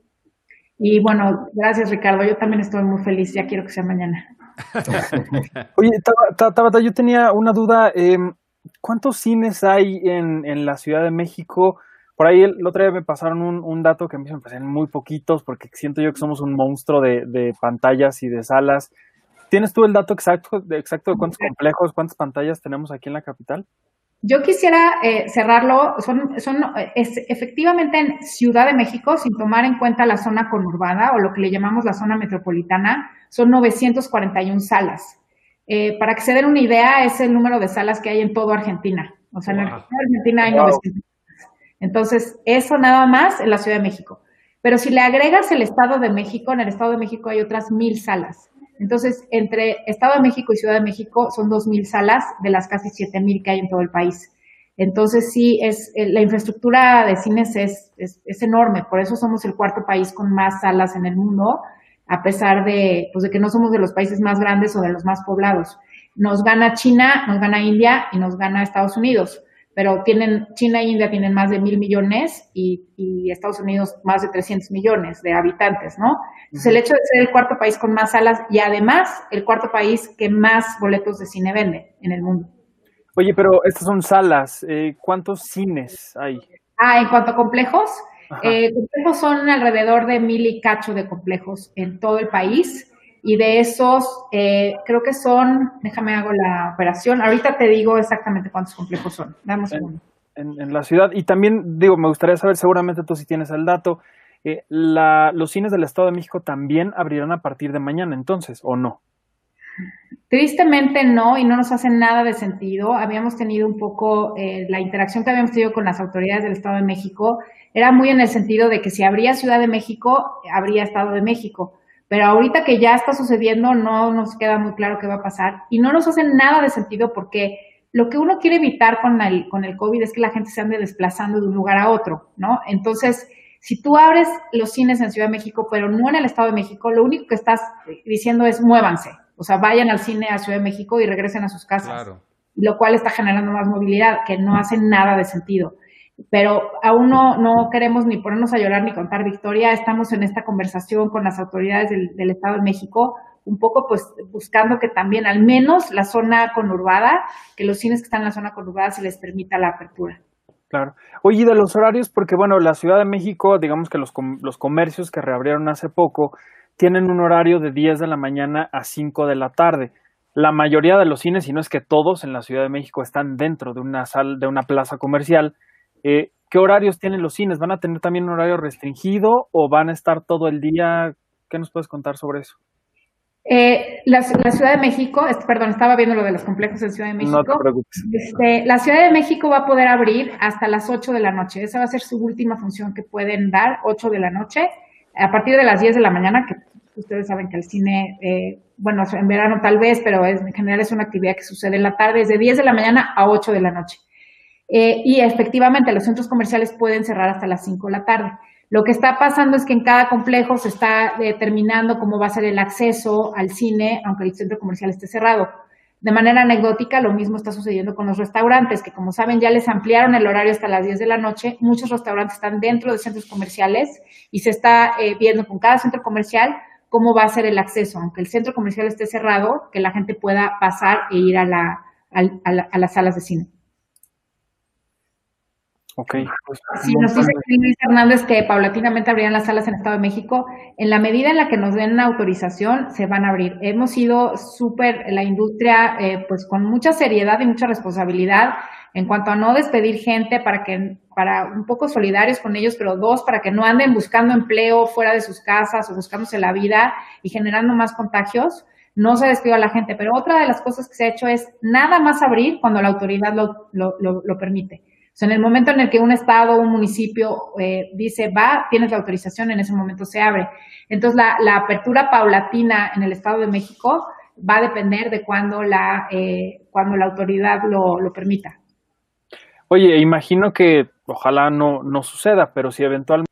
Y bueno, gracias Ricardo, yo también estoy muy feliz, ya quiero que sea mañana. Oye, Tabata, yo tenía una duda, eh, ¿cuántos cines hay en, en la Ciudad de México? Por ahí el, el otro día me pasaron un, un dato que a mí me parecen muy poquitos, porque siento yo que somos un monstruo de, de pantallas y de salas. ¿Tienes tú el dato exacto de, exacto de cuántos complejos, cuántas pantallas tenemos aquí en la capital? Yo quisiera eh, cerrarlo, son, son es, efectivamente en Ciudad de México, sin tomar en cuenta la zona conurbada o lo que le llamamos la zona metropolitana, son novecientas cuarenta y una salas. Eh, para que se den una idea, es el número de salas que hay en toda Argentina. O sea, wow. en Argentina hay wow. novecientas. Entonces, eso nada más en la Ciudad de México. Pero si le agregas el Estado de México, en el Estado de México hay otras mil salas. Entonces, entre Estado de México y Ciudad de México son dos mil salas de las casi siete mil que hay en todo el país. Entonces, sí, es la infraestructura de cines es, es, es enorme. Por eso somos el cuarto país con más salas en el mundo, a pesar de, pues, de que no somos de los países más grandes o de los más poblados. Nos gana China, nos gana India y nos gana Estados Unidos. Pero tienen, China e India tienen más de mil millones y, y Estados Unidos más de trescientos millones de habitantes, ¿no? Entonces, uh-huh. el hecho de ser el cuarto país con más salas y además el cuarto país que más boletos de cine vende en el mundo. Oye, pero estas son salas, eh, ¿cuántos cines hay? Ah, en cuanto a complejos, eh, complejos son alrededor de mil y cacho de complejos en todo el país. Y de esos, eh, creo que son, déjame hago la operación, ahorita te digo exactamente cuántos complejos son, dame un segundo. En, en la ciudad, y también, digo, me gustaría saber, seguramente tú sí tienes el dato, eh, la, los cines del Estado de México también abrirán a partir de mañana, entonces, ¿o no? Tristemente no, y no nos hace nada de sentido. Habíamos tenido un poco, eh, la interacción que habíamos tenido con las autoridades del Estado de México, era muy en el sentido de que si habría Ciudad de México, habría Estado de México. Pero ahorita que ya está sucediendo, no nos queda muy claro qué va a pasar. Y no nos hace nada de sentido porque lo que uno quiere evitar con el, con el COVID es que la gente se ande desplazando de un lugar a otro, ¿no? Entonces, si tú abres los cines en Ciudad de México, pero no en el Estado de México, lo único que estás diciendo es muévanse. O sea, vayan al cine a Ciudad de México y regresen a sus casas. Claro. Lo cual está generando más movilidad, que no hace nada de sentido. Pero aún no, no queremos ni ponernos a llorar ni contar victoria. Estamos en esta conversación con las autoridades del, del Estado de México, un poco pues buscando que también al menos la zona conurbada, que los cines que están en la zona conurbada se les permita la apertura. Claro. Oye, de los horarios, porque bueno, la Ciudad de México, digamos que los, com- los comercios que reabrieron hace poco tienen un horario de diez de la mañana a cinco de la tarde. La mayoría de los cines, si no es que todos en la Ciudad de México, están dentro de una sala, de una plaza comercial. Eh, ¿Qué horarios tienen los cines? ¿Van a tener también un horario restringido o van a estar todo el día? ¿Qué nos puedes contar sobre eso? Eh, la, la Ciudad de México, este, perdón, estaba viendo lo de los complejos en Ciudad de México. No te preocupes. Este, la Ciudad de México va a poder abrir hasta las ocho de la noche. Esa va a ser su última función que pueden dar, ocho de la noche. A partir de las diez de la mañana, que ustedes saben que el cine, eh, bueno, en verano tal vez, pero es, en general es una actividad que sucede en la tarde, es de diez de la mañana a ocho de la noche. Eh, y efectivamente los centros comerciales pueden cerrar hasta las cinco de la tarde. Lo que está pasando es que en cada complejo se está determinando cómo va a ser el acceso al cine, aunque el centro comercial esté cerrado. De manera anecdótica, lo mismo está sucediendo con los restaurantes, que como saben ya les ampliaron el horario hasta las diez de la noche. Muchos restaurantes están dentro de centros comerciales y se está eh, viendo con cada centro comercial cómo va a ser el acceso. Aunque el centro comercial esté cerrado, que la gente pueda pasar e ir a, la, a, a, la, a las salas de cine. Ok. Pues, sí, nos dice Luis Hernández que paulatinamente abrirán las salas en Estado de México. En la medida en la que nos den la autorización, se van a abrir. Hemos sido súper, la industria, eh, pues con mucha seriedad y mucha responsabilidad en cuanto a no despedir gente para que, para un poco solidarios con ellos, pero dos, para que no anden buscando empleo fuera de sus casas o buscándose la vida y generando más contagios. No se despidió a la gente, pero otra de las cosas que se ha hecho es nada más abrir cuando la autoridad lo, lo, lo, lo permite. O sea, en el momento en el que un estado o un municipio eh, dice, va, tienes la autorización, en ese momento se abre. Entonces, la, la apertura paulatina en el Estado de México va a depender de cuándo la, eh, cuando la autoridad lo, lo permita. Oye, imagino que ojalá no, no suceda, pero si eventualmente...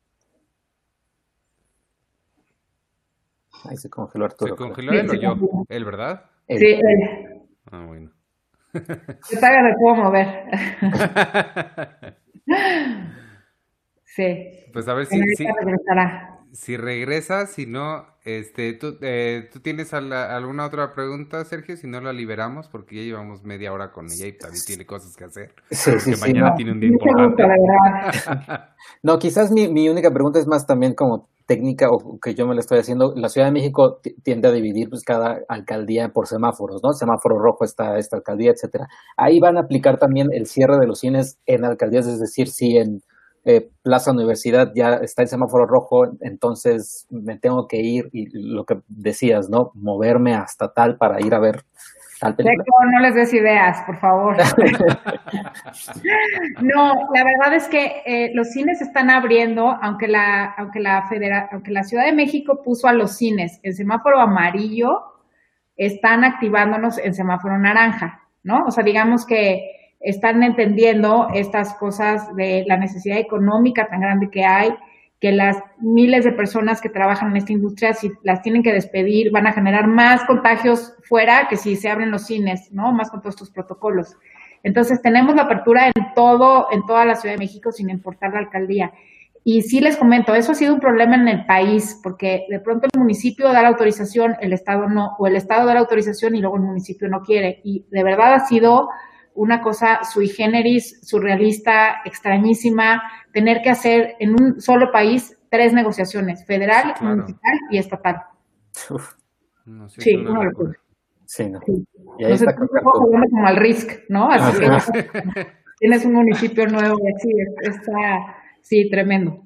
Ahí se congeló Arturo. ¿Se congeló él o yo? ¿Él, verdad? Él. Sí, él. Ah, bueno. Yo todavía me puedo mover. Sí. Pues a ver si, si, si regresa, si no, este, ¿tú, eh, ¿tú tienes a la, alguna otra pregunta, Sergio? Si no, la liberamos porque ya llevamos media hora con ella y también tiene cosas que hacer. Sí, sí, porque sí, mañana no. tiene un día importante. No, quizás mi, mi única pregunta es más también como técnica o que yo me la estoy haciendo. La Ciudad de México tiende a dividir pues cada alcaldía por semáforos, ¿no? Semáforo rojo está esta alcaldía, etcétera. Ahí van a aplicar también el cierre de los cines en alcaldías, es decir, si en eh, Plaza Universidad ya está el semáforo rojo, entonces me tengo que ir y lo que decías, ¿no? Moverme hasta tal para ir a ver tal película. Checo, no les des ideas, por favor. No, la verdad es que eh, los cines están abriendo, aunque la, aunque la federa, aunque la Ciudad de México puso a los cines en semáforo amarillo, están activándonos en semáforo naranja, ¿no? O sea, digamos que están entendiendo estas cosas de la necesidad económica tan grande que hay, que las miles de personas que trabajan en esta industria, si las tienen que despedir, van a generar más contagios fuera que si se abren los cines, ¿no? Más con todos estos protocolos. Entonces, tenemos la apertura en todo, en toda la Ciudad de México, sin importar la alcaldía. Y sí les comento, eso ha sido un problema en el país, porque de pronto el municipio da la autorización, el Estado no, o el Estado da la autorización y luego el municipio no quiere. Y de verdad ha sido una cosa sui generis, surrealista, extrañísima, tener que hacer en un solo país tres negociaciones, federal, sí, claro, municipal y estatal. Uf. No, sí, sí, una locura. Sí, no. Sí. Y ahí no sé, está tú jugando como al RISC, ¿no? Así que tienes un municipio nuevo y así, está, sí, tremendo.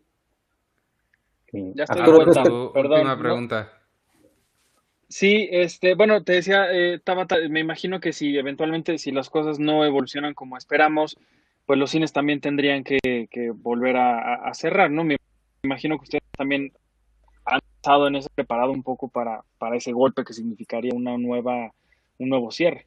Sí. Ya estoy Ah, de vuelta, tu perdón. última ¿no? pregunta. Sí, este, bueno, te decía, eh, Tabata, me imagino que si eventualmente, si las cosas no evolucionan como esperamos, pues los cines también tendrían que, que volver a, a cerrar, ¿no? Me imagino que ustedes también han estado en ese preparado un poco para, para ese golpe que significaría una nueva, un nuevo cierre.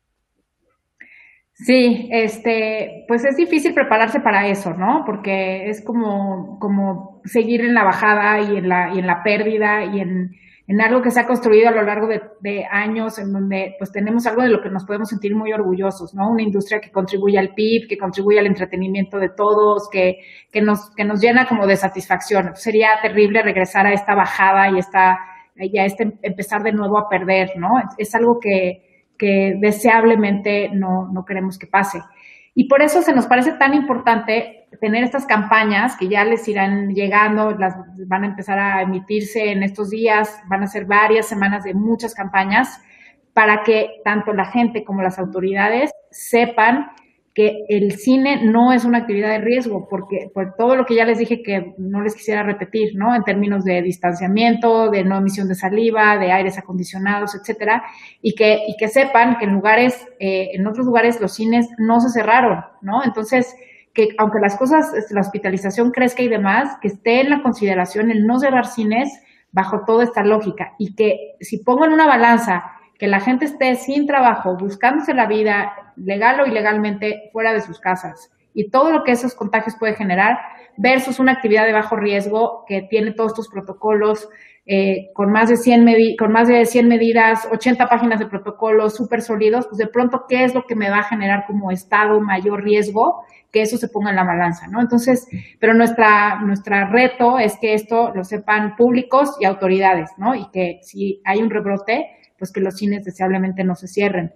Sí, este, pues es difícil prepararse para eso, ¿no? Porque es como, como seguir en la bajada y en la, y en la pérdida y en, en algo que se ha construido a lo largo de, de años, en donde pues tenemos algo de lo que nos podemos sentir muy orgullosos, ¿no? Una industria que contribuye al P I B, que contribuye al entretenimiento de todos, que, que nos, que nos llena como de satisfacción. Sería terrible regresar a esta bajada y esta, y a este empezar de nuevo a perder, ¿no? Es, es algo que que deseablemente no, no queremos que pase. Y por eso se nos parece tan importante tener estas campañas que ya les irán llegando, las van a empezar a emitirse en estos días, van a ser varias semanas de muchas campañas para que tanto la gente como las autoridades sepan que el cine no es una actividad de riesgo, porque por todo lo que ya les dije que no les quisiera repetir, ¿no? En términos de distanciamiento, de no emisión de saliva, de aires acondicionados, etcétera, y que, y que sepan que en lugares, eh, en otros lugares los cines no se cerraron, ¿no? Entonces, que aunque las cosas, la hospitalización crezca y demás, que esté en la consideración el no cerrar cines bajo toda esta lógica, y que si pongo en una balanza que la gente esté sin trabajo, buscándose la vida legal o ilegalmente fuera de sus casas y todo lo que esos contagios puede generar versus una actividad de bajo riesgo que tiene todos estos protocolos eh, con más de cien medi- con más de cien medidas, ochenta páginas de protocolos súper sólidos, pues de pronto, ¿qué es lo que me va a generar como estado mayor riesgo? Que eso se ponga en la balanza, ¿no? Entonces, pero nuestra, nuestra reto es que esto lo sepan públicos y autoridades, ¿no? Y que si hay un rebrote, pues que los cines deseablemente no se cierren.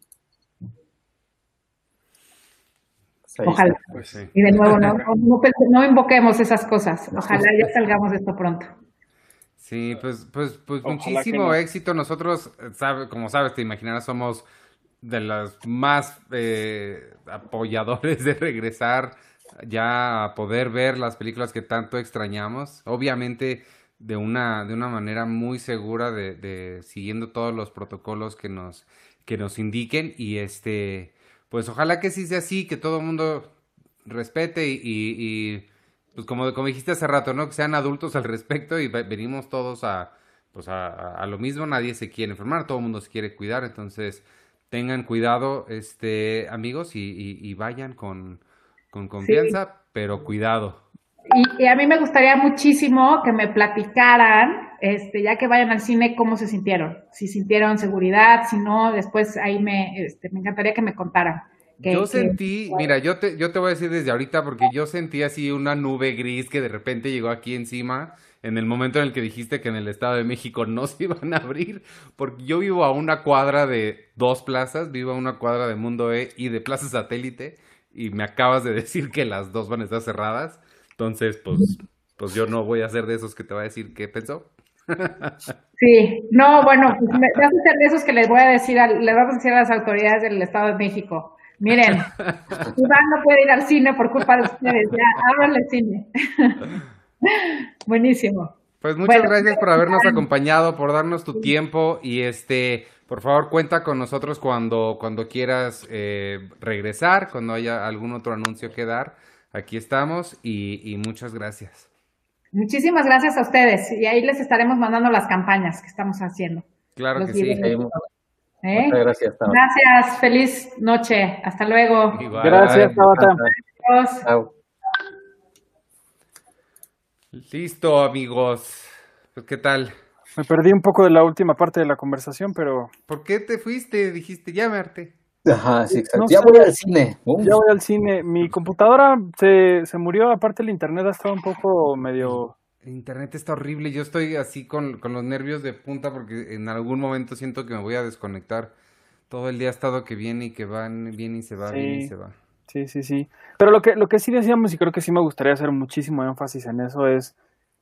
Ahí Ojalá. está. Pues sí. Y de nuevo, no, no, no, no invoquemos esas cosas. Ojalá ya salgamos de esto pronto. Sí, pues, pues, pues Ojalá muchísimo que no. éxito. Nosotros, sabe, como sabes, te imaginarás, somos de los más eh, apoyadores de regresar ya a poder ver las películas que tanto extrañamos. Obviamente de una, de una manera muy segura, de, de siguiendo todos los protocolos que nos, que nos indiquen. Y este, pues ojalá que sí sea así, que todo el mundo respete y, y, y, pues como, como dijiste hace rato, ¿no? Que sean adultos al respecto y venimos todos a, pues a, a lo mismo, nadie se quiere enfermar, todo el mundo se quiere cuidar, entonces tengan cuidado, este, amigos, y, y, y vayan con, con confianza, sí. Pero cuidado. Y, y a mí me gustaría muchísimo que me platicaran, este, ya que vayan al cine, cómo se sintieron. Si sintieron seguridad, si no, después ahí me, este, me encantaría que me contaran. Que, yo que, sentí, que... mira, yo te, yo te voy a decir desde ahorita, porque yo sentí así una nube gris que de repente llegó aquí encima, en el momento en el que dijiste que en el Estado de México no se iban a abrir, porque yo vivo a una cuadra de dos plazas, vivo a una cuadra de Mundo E y de Plaza Satélite, y me acabas de decir que las dos van a estar cerradas. Entonces, pues, pues yo no voy a ser de esos que te va a decir qué pensó. Sí, no, bueno, pues me, vas a ser de esos que les voy a decir, a, les vamos a decir a las autoridades del Estado de México. Miren, Iván no puede ir al cine por culpa de ustedes, ya, ábranle el cine. Buenísimo. Pues muchas bueno, gracias por habernos acompañado, por darnos tu tiempo y este, por favor cuenta con nosotros cuando, cuando quieras eh, regresar, cuando haya algún otro anuncio que dar. Aquí estamos y, y muchas gracias. Muchísimas gracias a ustedes y ahí les estaremos mandando las campañas que estamos haciendo. Claro Los que sí. ¿Eh? Muchas gracias. Tabata. Gracias, feliz noche. Hasta luego. Igual. Gracias, Tabata. Adiós. Listo, amigos. Pues, ¿qué tal? Me perdí un poco de la última parte de la conversación, pero... ¿Por qué te fuiste? Dijiste, ya me harté. Ajá, sí, exacto. No ya sé, voy al cine. Uf. Ya voy al cine. Mi computadora se, se murió, aparte el internet ha estado un poco medio... El internet está horrible, yo estoy así con, con los nervios de punta porque en algún momento siento que me voy a desconectar. Todo el día ha estado que viene y que va, viene y se va, sí, viene y se va. Sí, sí, sí. Pero lo que, lo que sí decíamos, y creo que sí me gustaría hacer muchísimo énfasis en eso, es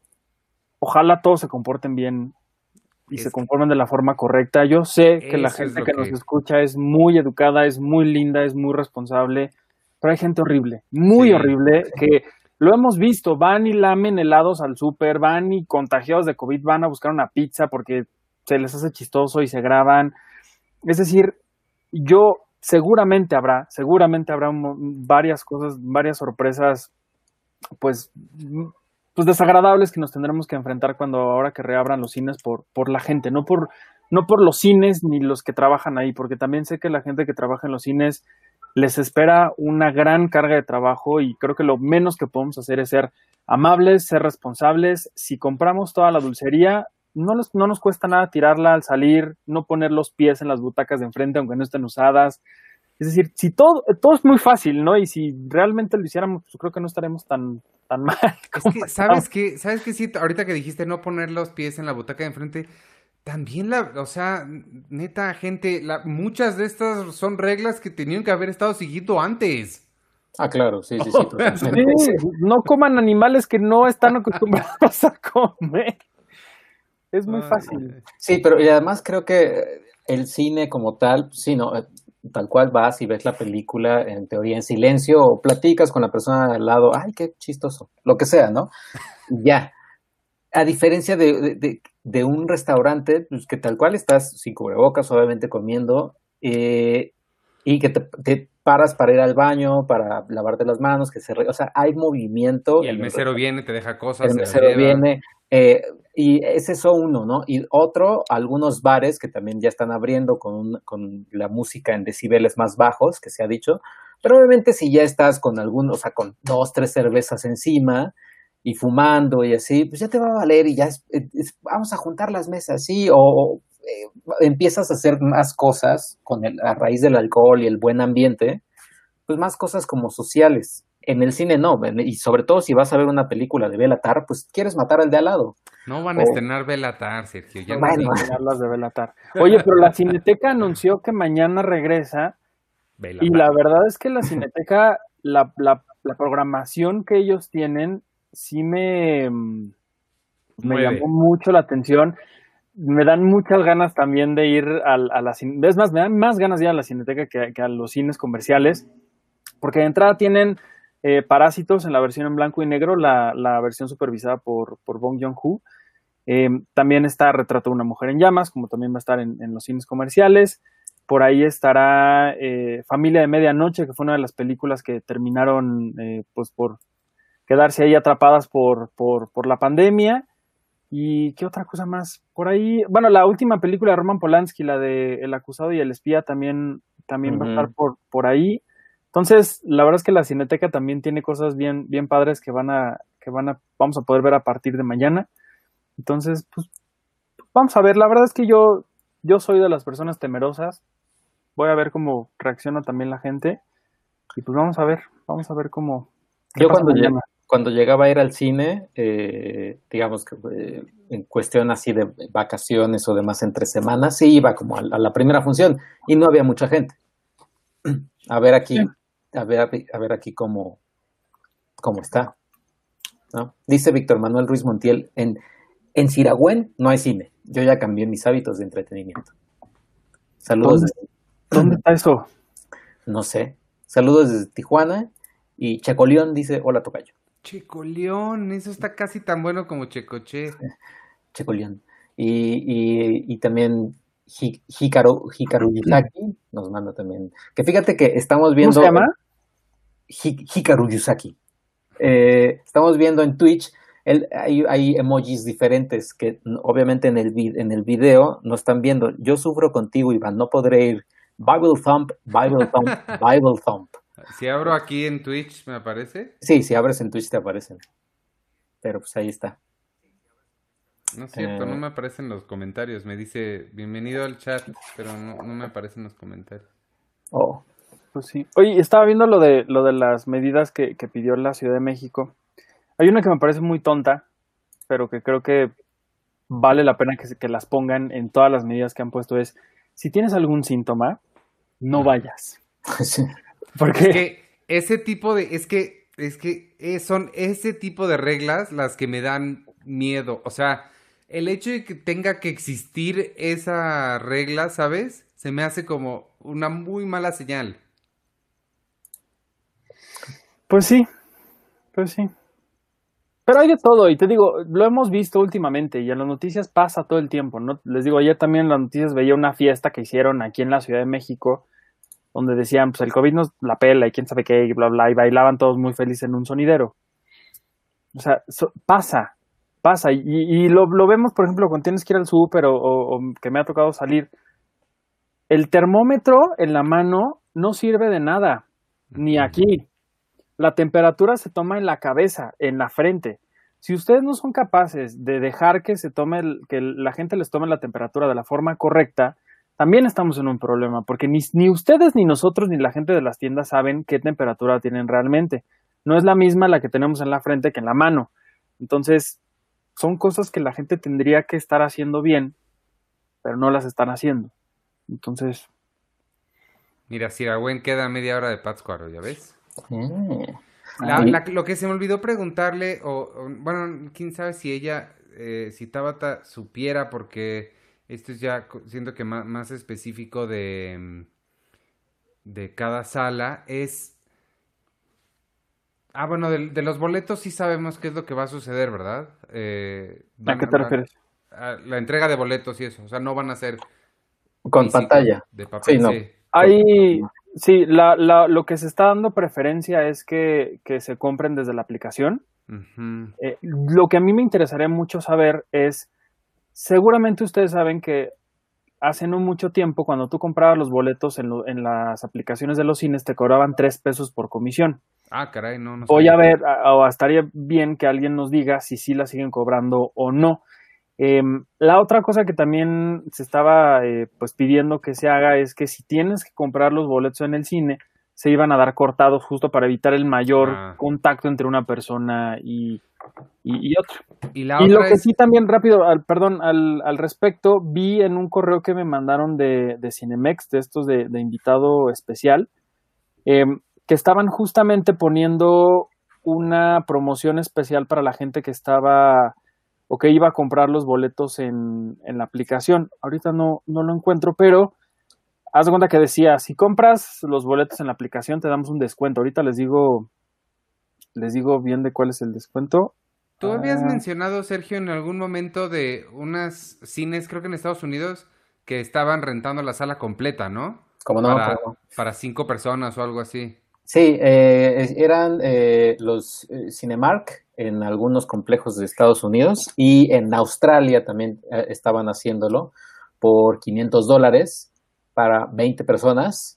ojalá todos se comporten bien y es se conformen de la forma correcta. Yo sé que la gente que, que nos escucha es muy educada, es muy linda, es muy responsable, pero hay gente horrible, muy sí. horrible, que lo hemos visto, van y lamen helados al súper, van y contagiados de COVID van a buscar una pizza porque se les hace chistoso y se graban. Es decir, yo seguramente habrá, seguramente habrá varias cosas, varias sorpresas, pues... pues desagradables que nos tendremos que enfrentar cuando ahora que reabran los cines por, por la gente, no por, no por los cines ni los que trabajan ahí, porque también sé que la gente que trabaja en los cines les espera una gran carga de trabajo y creo que lo menos que podemos hacer es ser amables, ser responsables. Si compramos toda la dulcería, no nos, no nos cuesta nada tirarla al salir, no poner los pies en las butacas de enfrente aunque no estén usadas. Es decir, si todo, todo es muy fácil, ¿no? Y si realmente lo hiciéramos, pues creo que no estaremos tan, tan mal. Es que, ¿sabes qué? ¿Sabes qué? Sí, ahorita que dijiste no poner los pies en la butaca de enfrente, también la, o sea, neta, gente, la, muchas de estas son reglas que tenían que haber estado siguiendo antes. Ah, claro, sí, sí, sí. sí no coman animales que no están acostumbrados a comer. Es muy fácil. Sí, pero y además creo que el cine como tal, sí, no... tal cual vas y ves la película en teoría en silencio o platicas con la persona de al lado, ay, qué chistoso, lo que sea, ¿no? Ya. A diferencia de, de, de un restaurante, pues que tal cual estás sin cubrebocas, obviamente comiendo, eh, y que te, te paras para ir al baño, para lavarte las manos, que se re... o sea, hay movimiento. Y el mesero viene, te deja cosas. El mesero viene, eh, y ese es eso uno, ¿no? Y otro, algunos bares que también ya están abriendo con, un, con la música en decibeles más bajos, que se ha dicho, pero obviamente si ya estás con algunos, o sea, con dos, tres cervezas encima y fumando y así, pues ya te va a valer y ya es, es, vamos a juntar las mesas, sí, o eh, empiezas a hacer más cosas con el, a raíz del alcohol y el buen ambiente, pues más cosas como sociales. En el cine no, y sobre todo si vas a ver una película de Bél Atar, pues quieres matar al de al lado. No van a o... estrenar Bél Atar, Sergio. Ya bueno, no van a las de Bél Atar. Oye, pero la Cineteca anunció que mañana regresa, y la verdad es que la Cineteca, la, la, la programación que ellos tienen, sí me, me llamó mucho la atención. Me dan muchas ganas también de ir a, a la Cineteca. Es más, me dan más ganas de ir a la Cineteca que, que a los cines comerciales, porque de entrada tienen eh, Parásitos en la versión en blanco y negro, la, la versión supervisada por, por Bong Joon-ho. Eh, también está Retrato de una mujer en llamas, como también va a estar en, en los cines comerciales. Por ahí estará eh, Familia de Medianoche, que fue una de las películas que terminaron eh, pues por quedarse ahí atrapadas por, por, por la pandemia. ¿Y qué otra cosa más? Por ahí, bueno, la última película de Roman Polanski, la de El acusado y el espía, también, también uh-huh. va a estar por, por ahí. Entonces, la verdad es que la Cineteca también tiene cosas bien, bien padres que van a, que van a, vamos a poder ver a partir de mañana. Entonces, pues, vamos a ver. La verdad es que yo, yo soy de las personas temerosas. Voy a ver cómo reacciona también la gente. Y pues vamos a ver, vamos a ver cómo. Yo cuando llego, cuando llegaba a ir al cine, eh, digamos que eh, en cuestión así de vacaciones o demás entre semanas, sí iba como a, a la primera función y no había mucha gente. A ver aquí, sí. a ver, a ver aquí cómo, cómo está, ¿no? Dice Víctor Manuel Ruiz Montiel, en, en Siragüen no hay cine. Yo ya cambié mis hábitos de entretenimiento. Saludos. ¿Dónde, desde... ¿Dónde está eso? No sé. Saludos desde Tijuana. Y Checoleón dice, hola tocayo. Checoleón, eso está casi tan bueno como Checoche. Checoleón. Y, y, y también Hikaru, Hikaru Yusaki nos manda también. Que fíjate que estamos viendo... ¿Cómo se llama? Hikaru Yusaki. Eh, estamos viendo en Twitch, el, hay, hay emojis diferentes que obviamente en el, en el video no están viendo. Yo sufro contigo, Iván, no podré ir. Bible Thump, Bible Thump, Bible Thump. Si abro aquí en Twitch, ¿me aparece? Sí, si abres en Twitch te aparecen. Pero pues ahí está. No es cierto, eh... no me aparecen los comentarios. Me dice, bienvenido al chat, pero no, no me aparecen los comentarios. Oh, pues sí. Oye, estaba viendo lo de lo de las medidas que, que pidió la Ciudad de México. Hay una que me parece muy tonta, pero que creo que vale la pena que, que las pongan en todas las medidas que han puesto. Es, si tienes algún síntoma, no vayas. Sí. Porque es que ese tipo de, es que, es que son ese tipo de reglas las que me dan miedo. O sea, el hecho de que tenga que existir esa regla, ¿sabes? Se me hace como una muy mala señal. Pues sí, pues sí. Pero hay de todo, y te digo, lo hemos visto últimamente, y en las noticias pasa todo el tiempo, ¿no? Les digo, ayer también en las noticias veía una fiesta que hicieron aquí en la Ciudad de México, donde decían, pues el COVID nos la pela y quién sabe qué, y bla, bla, y bailaban todos muy felices en un sonidero. O sea, so, pasa, pasa, y, y lo, lo vemos, por ejemplo, cuando tienes que ir al súper o, o, o que me ha tocado salir. El termómetro en la mano no sirve de nada, ni aquí. La temperatura se toma en la cabeza, en la frente. Si ustedes no son capaces de dejar que se tome, el, que la gente les tome la temperatura de la forma correcta, también estamos en un problema, porque ni, ni ustedes, ni nosotros, ni la gente de las tiendas saben qué temperatura tienen realmente. No es la misma la que tenemos en la frente que en la mano. Entonces, son cosas que la gente tendría que estar haciendo bien, pero no las están haciendo. Entonces... Mira, Siragüen queda media hora de Pátzcuaro, ¿ya ves? Mm. La, la, lo que se me olvidó preguntarle, o, o bueno, quién sabe si ella, eh, si Tabata supiera, porque... Esto es ya, siento que más, más específico de, de cada sala, es... Ah, bueno, de, de los boletos sí sabemos qué es lo que va a suceder, ¿verdad? Eh, ¿A qué te refieres? A, a la entrega de boletos y eso, o sea, no van a ser... Con pantalla. De papel, sí, no. Sí. Ahí, sí, la, la, lo que se está dando preferencia es que, que se compren desde la aplicación. Uh-huh. Eh, lo que a mí me interesaría mucho saber es... Seguramente ustedes saben que hace no mucho tiempo, cuando tú comprabas los boletos en, lo, en las aplicaciones de los cines, te cobraban tres pesos por comisión. Ah, caray, no, no sé. Voy a ver, o estaría bien que alguien nos diga si sí la siguen cobrando o no. Eh, la otra cosa que también se estaba eh, pues pidiendo que se haga es que si tienes que comprar los boletos en el cine, se iban a dar cortados justo para evitar el mayor ah. contacto entre una persona y, y, y otra. Y, la y otra lo que es... sí también rápido, al, perdón, al, al respecto, vi en un correo que me mandaron de, de Cinemex, de estos de, de invitado especial, eh, que estaban justamente poniendo una promoción especial para la gente que estaba o que iba a comprar los boletos en, en la aplicación. Ahorita no, no lo encuentro, pero... Haz de cuenta que decía, si compras los boletos en la aplicación te damos un descuento. Ahorita les digo, les digo bien de cuál es el descuento. Tú ah. habías mencionado, Sergio, en algún momento de unas cines, creo que en Estados Unidos, que estaban rentando la sala completa, ¿no? Como no, Para, como no. para cinco personas o algo así. Sí, eh, eran eh, los eh, Cinemark en algunos complejos de Estados Unidos y en Australia también eh, estaban haciéndolo por quinientos dólares para veinte personas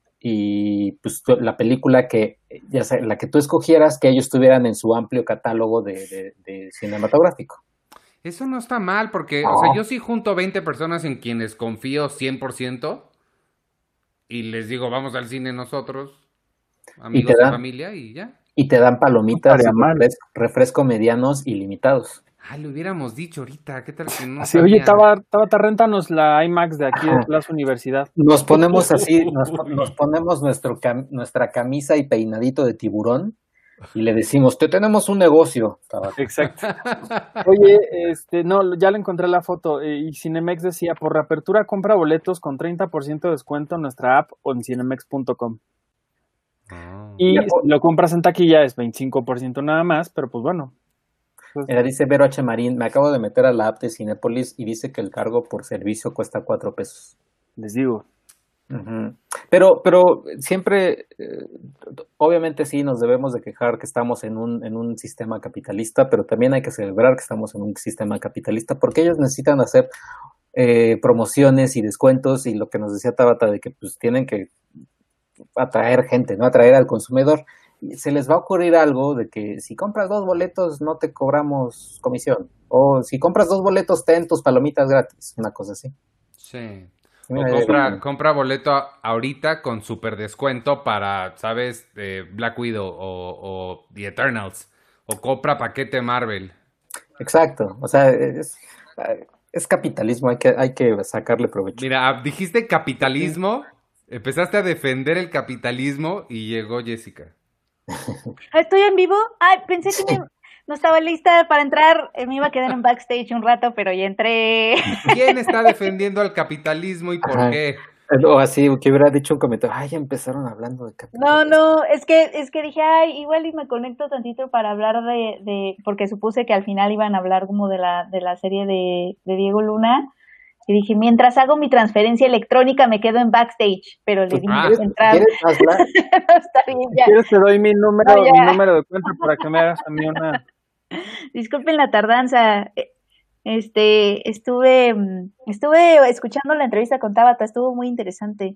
y pues tu- la película que, ya sea, la que tú escogieras, que ellos tuvieran en su amplio catálogo de, de- de cinematográfico. Eso no está mal porque, o sea, No. yo sí junto veinte personas en quienes confío cien por ciento y les digo, vamos al cine nosotros, Y te amigos y dan, familia y ya. y te dan No palomitas y estaría mal. refresco, refresco medianos ilimitados. Ah, lo hubiéramos dicho ahorita, ¿qué tal que no Así, oye, sabía? Tabata, Tabata, réntanos la IMAX de aquí de Ajá. Plaza Universidad. Nos ponemos así, nos, po- nos ponemos nuestro cam- nuestra camisa y peinadito de tiburón y le decimos, te tenemos un negocio, Tabata. Exacto. Oye, este, no, ya le encontré la foto eh, y Cinemex decía, por reapertura compra boletos con treinta por ciento de descuento en nuestra app o en cinemex punto com. Oh. Y Mira, si por- lo compras en taquilla es veinticinco por ciento nada más, pero pues bueno. Pues, Mira, dice Vero H. Marín, me acabo de meter a la app de Cinépolis y dice que el cargo por servicio cuesta cuatro pesos. les digo. Ujú. Pero, pero siempre, eh, obviamente sí, nos debemos de quejar que estamos en un, en un sistema capitalista, pero también hay que celebrar que estamos en un sistema capitalista porque ellos necesitan hacer eh, promociones y descuentos y lo que nos decía Tabata de que pues tienen que atraer gente, ¿no? Atraer al consumidor. Y se les va a ocurrir algo de que si compras dos boletos no te cobramos comisión. O si compras dos boletos ten tus palomitas gratis. Una cosa así. Sí. Y O mira, compra, eh, compra boleto a- ahorita con super descuento para, ¿sabes? Eh, Black Widow o, o The Eternals. O compra paquete Marvel. exacto. O sea, es, es capitalismo, hay que, hay que sacarle provecho. Mira, ah, dijiste capitalismo, empezaste a defender el capitalismo y llegó Jessica. ¿Estoy en vivo? Ay, pensé que me- no estaba lista para entrar. eh, Me iba a quedar en backstage un rato, pero ya entré. ¿Quién está defendiendo al capitalismo y por Ajá. qué? O así, que hubiera dicho un comentario, ay, ya empezaron hablando de No, capitalismo. no, es que es que dije, ay, igual y me conecto tantito para hablar de, de porque supuse que al final iban a hablar como de la de la serie de, de Diego Luna. Y dije, mientras hago mi transferencia electrónica me quedo en backstage, pero le di Ah. ¿Quieres, entrar. ¿quieres hazla? No, está bien, Si ya. quieres te doy mi número, No, ya. mi número de cuenta para que me hagas a mí una. Disculpen la tardanza. Eh, Este, estuve, mm, estuve escuchando la entrevista con Tabata, estuvo muy interesante.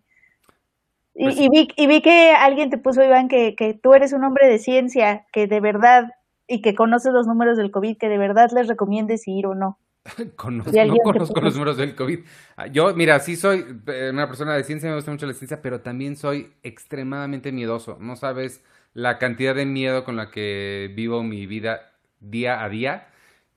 Y, Pues- y vi, y vi que alguien te puso, Iván, que, que tú eres un hombre de ciencia, que de verdad, y que conoces los números del COVID, que de verdad les recomiendes ir o no. Conozco- De alguien no que conozco puso- los números del COVID. Ah, Yo, mira, sí soy eh, una persona de ciencia, me gusta mucho la ciencia, pero también soy extremadamente miedoso. No sabes la cantidad de miedo con la que vivo mi vida día a día.